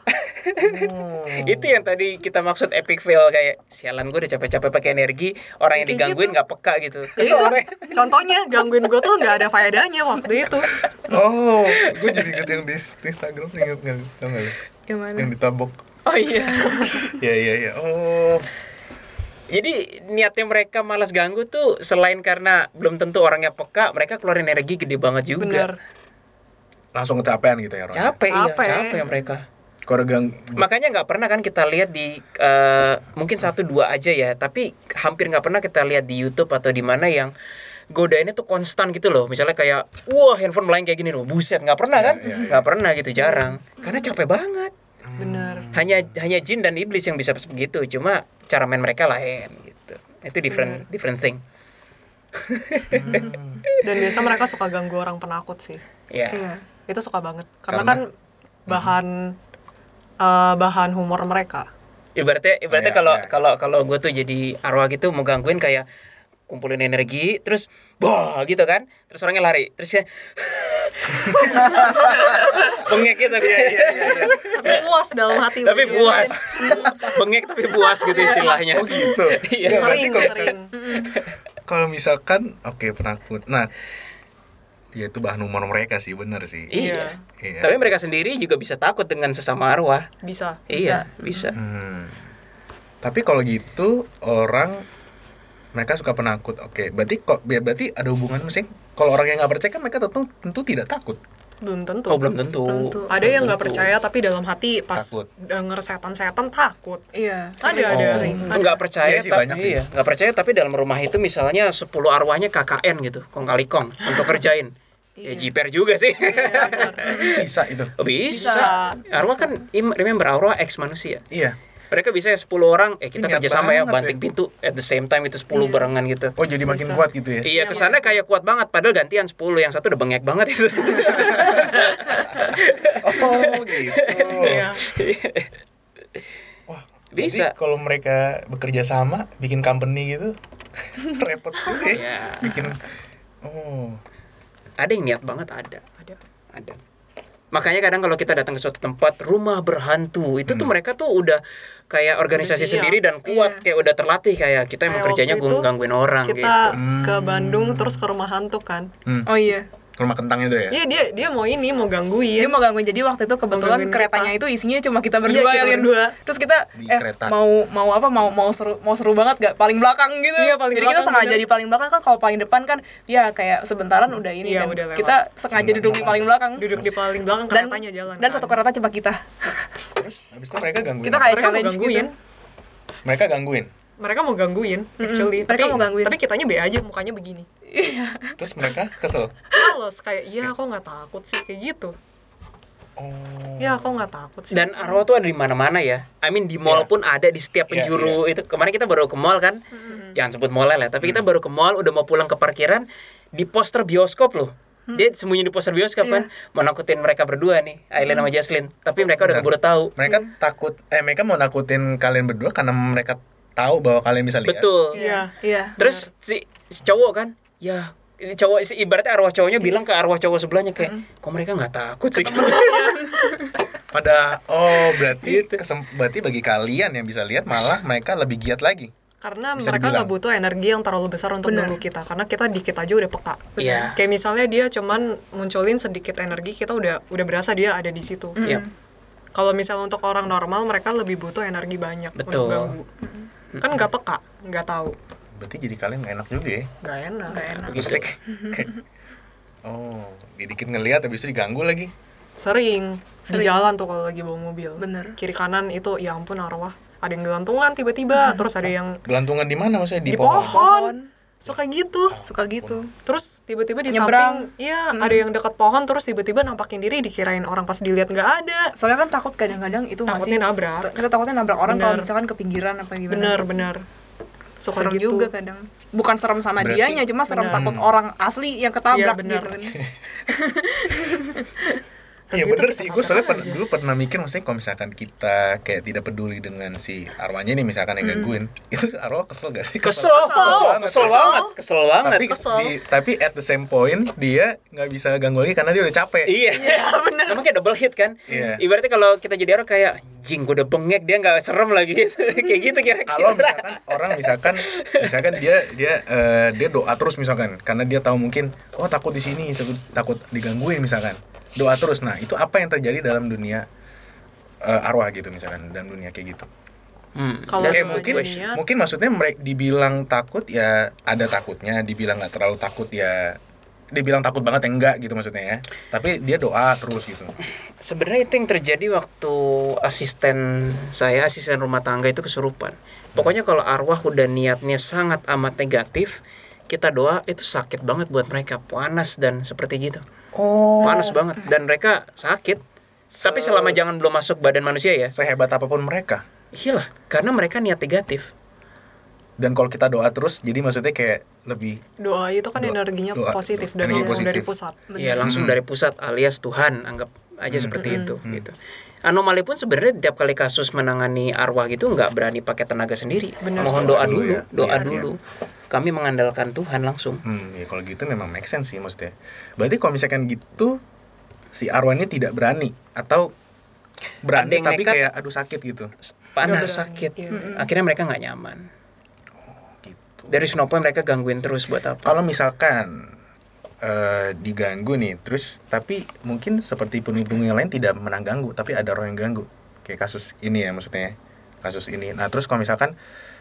Oh. Itu yang tadi kita maksud epic fail, kayak sialan gue udah capek-capek pakai energi, orang yang Kayak digangguin gitu. nggak peka gitu. Ya Kesel itu, orang. contohnya gangguin gue tuh nggak ada faedahnya waktu itu. Oh, gue jadi inget yang di Instagram, inget nggak? Tau nggak lu? Gimana? Yang ditabok. Oh iya. Ya ya ya. Oh. Jadi niatnya mereka malas ganggu tuh selain karena belum tentu orangnya peka, mereka keluarin energi gede banget juga. Bener. Langsung kecapean gitu ya orangnya. Capek, iya, Capek. capek mereka. Kalau gang Makanya nggak pernah kan kita lihat di eh, mungkin satu dua aja ya, tapi hampir nggak pernah kita lihat di YouTube atau di mana yang godainnya tuh konstan gitu loh. Misalnya kayak wah handphone melayang kayak gini loh, buset, nggak pernah kan? Iya, iya, iya. Nggak pernah gitu, jarang. Karena capek banget. Bener. Hanya hanya jin dan iblis yang bisa begitu, cuma cara main mereka lain gitu. Itu different different thing. Dan biasa mereka suka ganggu orang penakut sih. Ya. Iya. Itu suka banget. Karena, Karena? kan bahan eh, bahan humor mereka. Ibaratnya ibaratnya Oh, iya, kalau iya. kalau kalau gue tuh jadi arwah gitu mau gangguin kayak kumpulin energi terus wah gitu kan, terus orangnya lari terus ya bengek gitu tapi Tapi puas dalam hati. tapi bener. puas bengek tapi puas gitu istilahnya. Oh gitu. Iya. Nggak, berarti Sering, kalau sering. Kalau misalkan oke penakut. Nah, ya itu bahan humor mereka sih, bener sih. Iya. Iya. Tapi mereka sendiri juga bisa takut dengan sesama arwah. Bisa. Iya, bisa. Hmm. Tapi kalau gitu orang mereka suka penakut. Oke, berarti kok berarti ada hubungan mesin. Kalau orang yang nggak percaya kan mereka tentu tentu tidak takut. Belum tentu. Oh, belum tentu. tentu. Ada yang nggak percaya tapi dalam hati pas Takut. denger setan-setan takut. Iya. Ada sering. ada. Sering. Itu nggak percaya Iya sih, tapi banyak sih. iya, nggak percaya tapi dalam rumah itu misalnya sepuluh arwahnya K K N gitu, kong kali kong untuk kerjain. Ya jiper juga sih. Bisa itu. Oh, bisa. Bisa. Arwah kan im- remember arwah ex manusia. Iya. Mereka bisa ya sepuluh orang, eh kita Ini kerja niat sama ya banget banting ya. pintu at the same time itu sepuluh Iya. barengan gitu. Oh, jadi makin Bisa. kuat gitu ya. Iya, kesana kayak kuat banget padahal gantian sepuluh, yang satu udah bengek banget itu. Oh, gitu. Iya. Wah, Bisa. berarti kalau mereka bekerja sama bikin company gitu repot juga ya. Iya. Bikin oh. Ada yang niat banget ada. Ada. Ada. Makanya kadang kalau kita datang ke suatu tempat rumah berhantu, itu tuh mereka tuh udah kayak organisasi Udah siap. sendiri dan kuat, Iya. kayak udah terlatih kayak kita emang Kayak kerjanya waktu itu gangguin orang Kita gitu. ke Bandung terus ke rumah hantu kan. Oh iya. Ke rumah kentang itu ya. Iya dia dia mau ini mau Dia gangguin. mau gangguin, jadi waktu itu kebetulan gangguin keretanya kita. itu isinya cuma kita Iya, berdua kita ya, Lin. berdua. Terus kita Di eh kereta. mau mau apa mau mau seru mau seru banget gak paling belakang gitu. Iya, paling jadi kita belakang, sengaja bener. di paling belakang kan, kalau paling depan kan ya kayak sebentaran udah ini Iya, kan. udah lewat. Kita sengaja duduk di paling belakang. Duduk di paling belakang dan keretanya jalan. dan kan. satu kereta cuma kita. Terus habis itu mereka gangguin. Kita apa? kayak mereka mau challenge gangguin. gitu. Mereka gangguin. Mereka mau gangguin actually. mereka tapi, mau gangguin. Tapi kitanya be aja mukanya begini. Terus mereka kesel. Males kayak iya kok nggak takut sih kayak gitu. Oh. Ya kok nggak takut sih. Dan arwah tuh ada di mana-mana ya. I mean di mall Iya. pun ada di setiap Iya, penjuru itu. Kemarin kita baru ke mall kan. Jangan sebut mall lah, tapi kita baru ke mall udah mau pulang ke parkiran di poster bioskop loh. Dia sembunyi di poster bioskop kan, mau nakutin mereka berdua nih, Aileen sama Jaslyn. Tapi mereka udah Bentar. keburu tahu. Mereka takut eh mereka mau nakutin kalian berdua karena mereka tahu bahwa kalian bisa lihat. Betul. Iya. Iya. Terus si, si cowok kan, ya ini cowok si- ibaratnya arwah cowoknya bilang ke arwah cowok sebelahnya kayak, kok mereka nggak takut sih? Pada oh berarti Gitu. kesem- berarti bagi kalian yang bisa lihat malah mereka lebih giat lagi. Karena Bisa mereka dibilang. nggak butuh energi yang terlalu besar untuk Bener. ganggu kita. Karena kita dikit aja udah peka. Iya. Kayak misalnya dia cuman munculin sedikit energi, kita udah udah berasa dia ada di situ. Iya. Kalau misalnya untuk orang normal, mereka lebih butuh energi banyak Betul. untuk ganggu. Kan nggak peka, nggak tahu, Berarti jadi kalian gak enak juga ya. nggak enak. Nggak enak. Maksudnya kayak- kayak, oh, dikit ngelihat habis itu diganggu lagi. Sering, di Sering. jalan tuh kalau lagi bawa mobil. Bener. Kiri kanan itu ya ampun arwah. Ada yang gelantungan tiba-tiba, terus ada yang Gelantungan di mana maksudnya di, di pohon. pohon. Suka gitu. Suka gitu. Terus tiba-tiba di Nyebrang. samping, iya ada yang dekat pohon terus tiba-tiba nampakin diri dikirain orang pas dilihat nggak ada. Soalnya kan takut kadang-kadang itu Takutnya masih nabrak. kita takutnya nabrak orang kalau Bener. misalkan ke pinggiran apa gimana. Bener bener. Suka Serem gitu. juga kadang. Bukan serem sama Berarti- dianya, cuma serem Bener. takut orang asli yang ketabrak Iya, bener. gitu kan. Iya Tapi itu bener kita sih, gue soalnya katakan per- aja. dulu pernah mikir maksudnya kalau misalkan kita kayak tidak peduli dengan si arwahnya nih misalkan yang gangguin, itu arwah kesel gak sih? Kesel, Kesel. kesel, banget. kesel banget, kesel banget. Tapi, Kesel. di, tapi at the same point dia nggak bisa ganggu lagi karena dia udah capek. Iya, benar. Namanya kayak double hit kan. Iya. Ibaratnya kalau kita jadi orang kayak, jing gue udah bengek dia nggak serem lagi gitu. Kayak gitu kira-kira. Kalau misalkan orang misalkan misalkan dia dia eh, dia doa terus misalkan karena dia tahu mungkin oh takut di sini takut, takut digangguin misalkan doa terus. Nah itu apa yang terjadi dalam dunia eh, arwah gitu misalkan dalam dunia kayak gitu. Hmm. Kalau That's Kayak a good mungkin question. niat. mungkin maksudnya mereka dibilang takut ya ada takutnya, dibilang nggak terlalu takut ya dibilang takut banget ya enggak gitu maksudnya ya. Tapi dia doa terus gitu. Sebenarnya itu yang terjadi waktu asisten saya, asisten rumah tangga itu kesurupan. Pokoknya kalau arwah udah niatnya sangat amat negatif, kita doa itu sakit banget buat mereka, panas dan seperti gitu. Oh. Panas banget dan mereka sakit. Tapi selama jangan belum masuk badan manusia ya. Sehebat apapun mereka. Iyalah, karena mereka niat negatif. Dan kalau kita doa terus, jadi maksudnya kayak lebih Doa itu kan Doa- energinya doa- positif doa- dan energi langsung dari positif. pusat. Iya, langsung dari pusat alias Tuhan, anggap aja seperti itu gitu. Anomali pun sebenarnya tiap kali kasus menangani arwah gitu nggak berani pakai tenaga sendiri. Benar, Mohon doa doa dulu dulu, ya. doa Iya, dulu. Kami mengandalkan Tuhan langsung. Hmm, ya kalau gitu memang make sense sih maksudnya. Berarti kalau misalkan gitu si arwah ini tidak berani atau Ada berani yang tapi nekat. kayak aduh sakit gitu. Panas, berani, sakit. iya. Akhirnya mereka nggak nyaman. Gitu. Dari snopo mereka gangguin terus buat apa? Kalau misalkan eh, diganggu nih, terus tapi mungkin seperti pelindung yang lain tidak menang ganggu, tapi ada roh yang ganggu. Kayak kasus ini ya maksudnya. Kasus ini. Nah, terus kalau misalkan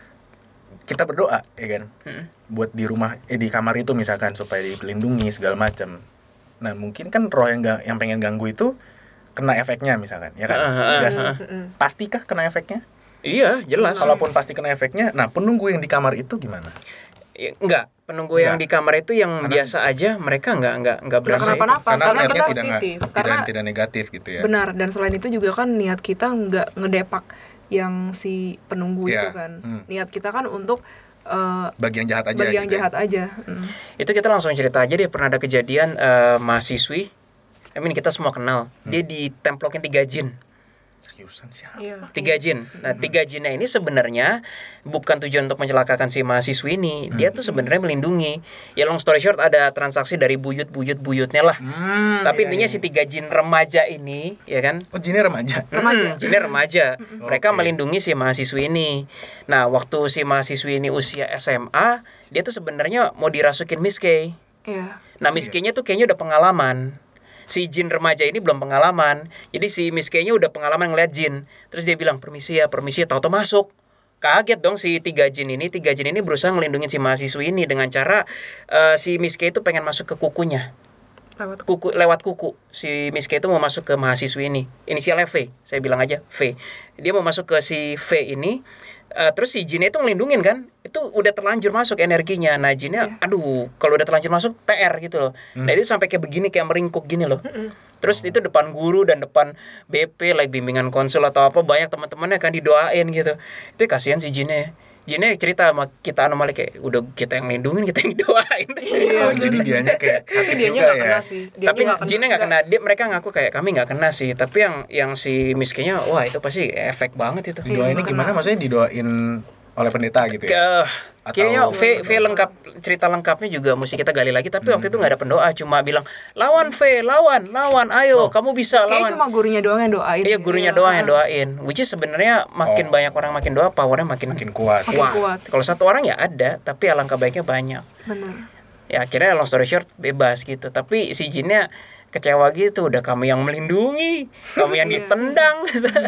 kita berdoa ya kan. Hmm. Buat di rumah eh di kamar itu misalkan supaya dilindungi segala macam. Nah, mungkin kan roh yang ga- yang pengen ganggu itu kena efeknya misalkan, ya kan? Ah, ah, Biasa. ah, Pastikah kena efeknya? Iya, jelas. Kalaupun pasti kena efeknya, nah penunggu yang di kamar itu gimana? Ya, enggak, penunggu yang Enggak. di kamar itu yang Karena- biasa aja, mereka enggak enggak enggak Nggak berasa itu. kenapa-napa karena, niatnya kita tidak nggak- positif. tidak Karena tidak negatif gitu ya. benar, dan selain itu juga kan niat kita nggak ngedepak yang si penunggu Iya. itu kan. Hmm. Niat kita kan untuk eh, Bagi yang jahat aja bagi yang gitu ya. jahat aja. Hmm. Itu kita langsung cerita aja deh, pernah ada kejadian eh, mahasiswi, I mean kita semua kenal, dia ditemplokin tiga jin. Seriusan sih. Iya. Tiga jin. Nah, tiga jinnya ini sebenarnya bukan tujuan untuk mencelakakan si mahasiswi ini. Dia tuh sebenarnya melindungi. Ya long story short ada transaksi dari buyut-buyut-buyutnya lah. Hmm, Tapi iya, intinya iya. si tiga jin remaja ini, ya kan? Oh, jinnya remaja. Remaja. jinnya remaja. Mereka Oke. melindungi si mahasiswi ini. Nah, waktu si mahasiswi ini usia S M A, dia tuh sebenarnya mau dirasukin Miss K. Iya. Nah, Miss K-nya tuh kayaknya udah pengalaman. Si jin remaja ini belum pengalaman. Jadi si Miss K-nya udah pengalaman ngeliat jin. Terus dia bilang, permisi ya, permisi ya. Tahu-tahu masuk. Kaget dong si tiga jin ini. Tiga jin ini berusaha ngelindungin si mahasiswi ini dengan cara eh, si Miss K itu pengen masuk ke kukunya. Lewat Kuku, lewat kuku. Si Miss K itu mau masuk ke mahasiswi ini. Inisialnya V. Saya bilang aja V. Dia mau masuk ke si V ini. Eh, terus si jinnya itu ngelindungin kan. Itu udah terlanjur masuk energinya. Nah jinnya aduh kalau udah terlanjur masuk P R gitu loh. Nah itu sampai kayak begini, kayak meringkuk gini loh. Terus itu depan guru dan depan B P like bimbingan konsul atau apa, banyak teman-temannya kan didoain gitu. Itu kasihan si jinnya ya. Jinnya cerita sama kita anomali kayak udah kita yang lindungin, kita yang doain. Oh, jadi dianya kayak Tapi sakit dianya juga nggak ya. kena sih. Dianya Tapi nggak kena. jinnya nggak kena. Dia mereka ngaku kayak kami nggak kena sih. Tapi yang yang si miskenya, wah itu pasti efek banget itu. Didoainnya gimana? Maksudnya didoain oleh pendeta gitu Ke ya? kayaknya Atau- V V lengkap, cerita lengkapnya juga mesti kita gali lagi. Tapi waktu itu nggak ada pendoa, cuma bilang lawan V, lawan, lawan, ayo kamu bisa lawan. Kayaknya cuma gurunya doang yang doain. Iya gurunya doang yang doain. Which is sebenarnya makin Oh. banyak orang makin doa, powernya makin Makin kuat. Makin kuat. kuat. Kalau satu orang ya ada, tapi alangkah baiknya banyak. Bener. Ya akhirnya long story short bebas gitu. Tapi si jinnya kecewa gitu, udah kamu yang melindungi, kamu yang ditendang.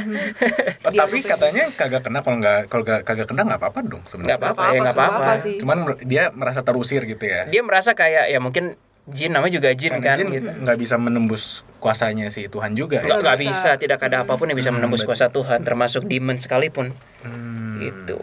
Oh, tapi katanya kagak kena, kalau nggak kalau nggak kagak kena nggak apa-apa dong Nggak sebenarnya. apa-apa ya, apa-apa, nggak nggak apa-apa. apa-apa sih. Cuman mer- dia merasa terusir gitu ya. Dia merasa kayak ya mungkin jin, namanya juga jin Karena kan jin gitu. nggak bisa menembus kuasanya si Tuhan juga Nggak, ya. nggak bisa. bisa, tidak ada apapun yang bisa Hmm, menembus betul. kuasa Tuhan, termasuk demon sekalipun. Hmm. Gitu.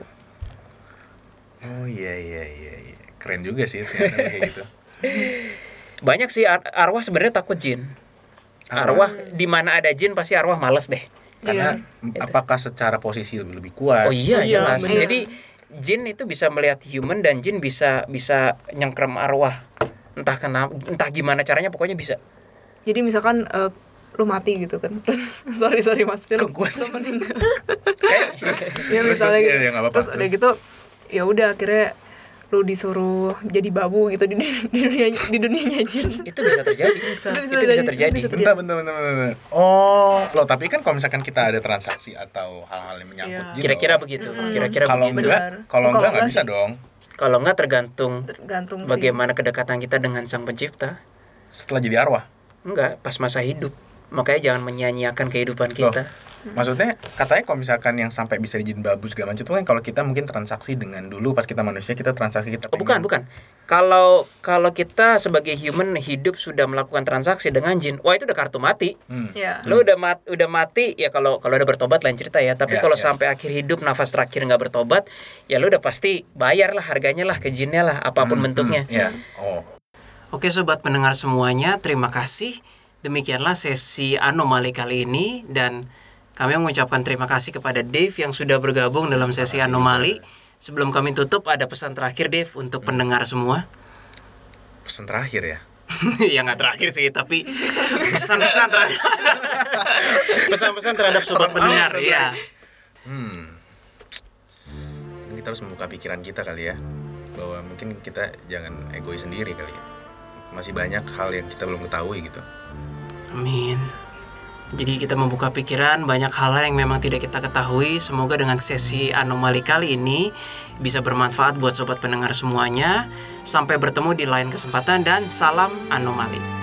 Oh iya iya iya iya. Keren juga sih ternyata kayak gitu. Banyak sih ar- arwah sebenarnya takut jin. Arwah di mana ada jin pasti arwah males deh. Karena apakah secara posisi lebih, lebih kuat? Oh iya, Oh iya, jelas. bener. Jadi jin itu bisa melihat human dan jin bisa bisa nyengkrem arwah. Entah kenapa, entah gimana caranya, pokoknya bisa. Jadi misalkan eh, lu mati gitu kan. Terus sorry sorry maksudnya lu, Kok gua lu sih? meninggal. ya Terus, misalnya terus, gitu. iya, iya, nggak apa-apa, Terus terus. udah gitu ya udah akhirnya lu disuruh jadi babu gitu di, di dunia di dunianya jin. Itu bisa terjadi. Bisa. Itu Itu bisa terjadi. bisa Bentar, bentar, bentar, bentar. Oh, loh tapi kan kalau misalkan kita ada transaksi atau hal-hal yang menyangkut Iya. jin, Kira-kira loh. begitu. Mm-mm. Kira-kira Kalau begitu. enggak, Benar. kalau Kalau enggak nggak enggak bisa sih. dong. Kalau enggak tergantung Tergantung sih. bagaimana kedekatan kita dengan Sang Pencipta. Setelah jadi arwah. Enggak, pas masa hidup. Makanya jangan menyia-nyiakan kehidupan Loh, kita. Maksudnya katanya kalau misalkan yang sampai bisa dijadiin babu segala macam itu kan kalau kita mungkin transaksi dengan dulu pas kita manusia kita transaksi kita Oh, pengen. bukan, bukan. Kalau kalau kita sebagai human hidup sudah melakukan transaksi dengan jin, wah itu udah kartu mati. Hmm. Ya. Lo udah mat, udah mati ya kalau kalau udah bertobat lain cerita ya. Tapi Ya, kalau ya. sampai akhir hidup nafas terakhir nggak bertobat, ya lo udah pasti bayar lah harganya lah ke jinnya lah apapun Hmm, bentuknya. hmm, ya. Oh. Oke sobat pendengar semuanya, terima kasih. Demikianlah sesi anomali kali ini dan kami mengucapkan terima kasih kepada Dave yang sudah bergabung dalam sesi anomali. Sebelum kami tutup ada pesan terakhir Dave untuk pendengar semua. Pesan terakhir ya. Ya nggak terakhir sih tapi pesan-pesan terhadap pesan-pesan terhadap sobat Serem pendengar banget, ya. Hmm. Mungkin kita harus membuka pikiran kita kali ya. Bahwa mungkin kita jangan egois sendiri kali ya. Masih banyak hal yang kita belum ketahui gitu. Amin. Jadi kita membuka pikiran banyak hal yang memang tidak kita ketahui. Semoga dengan sesi anomali kali ini bisa bermanfaat buat sobat pendengar semuanya. Sampai bertemu di lain kesempatan dan salam anomali.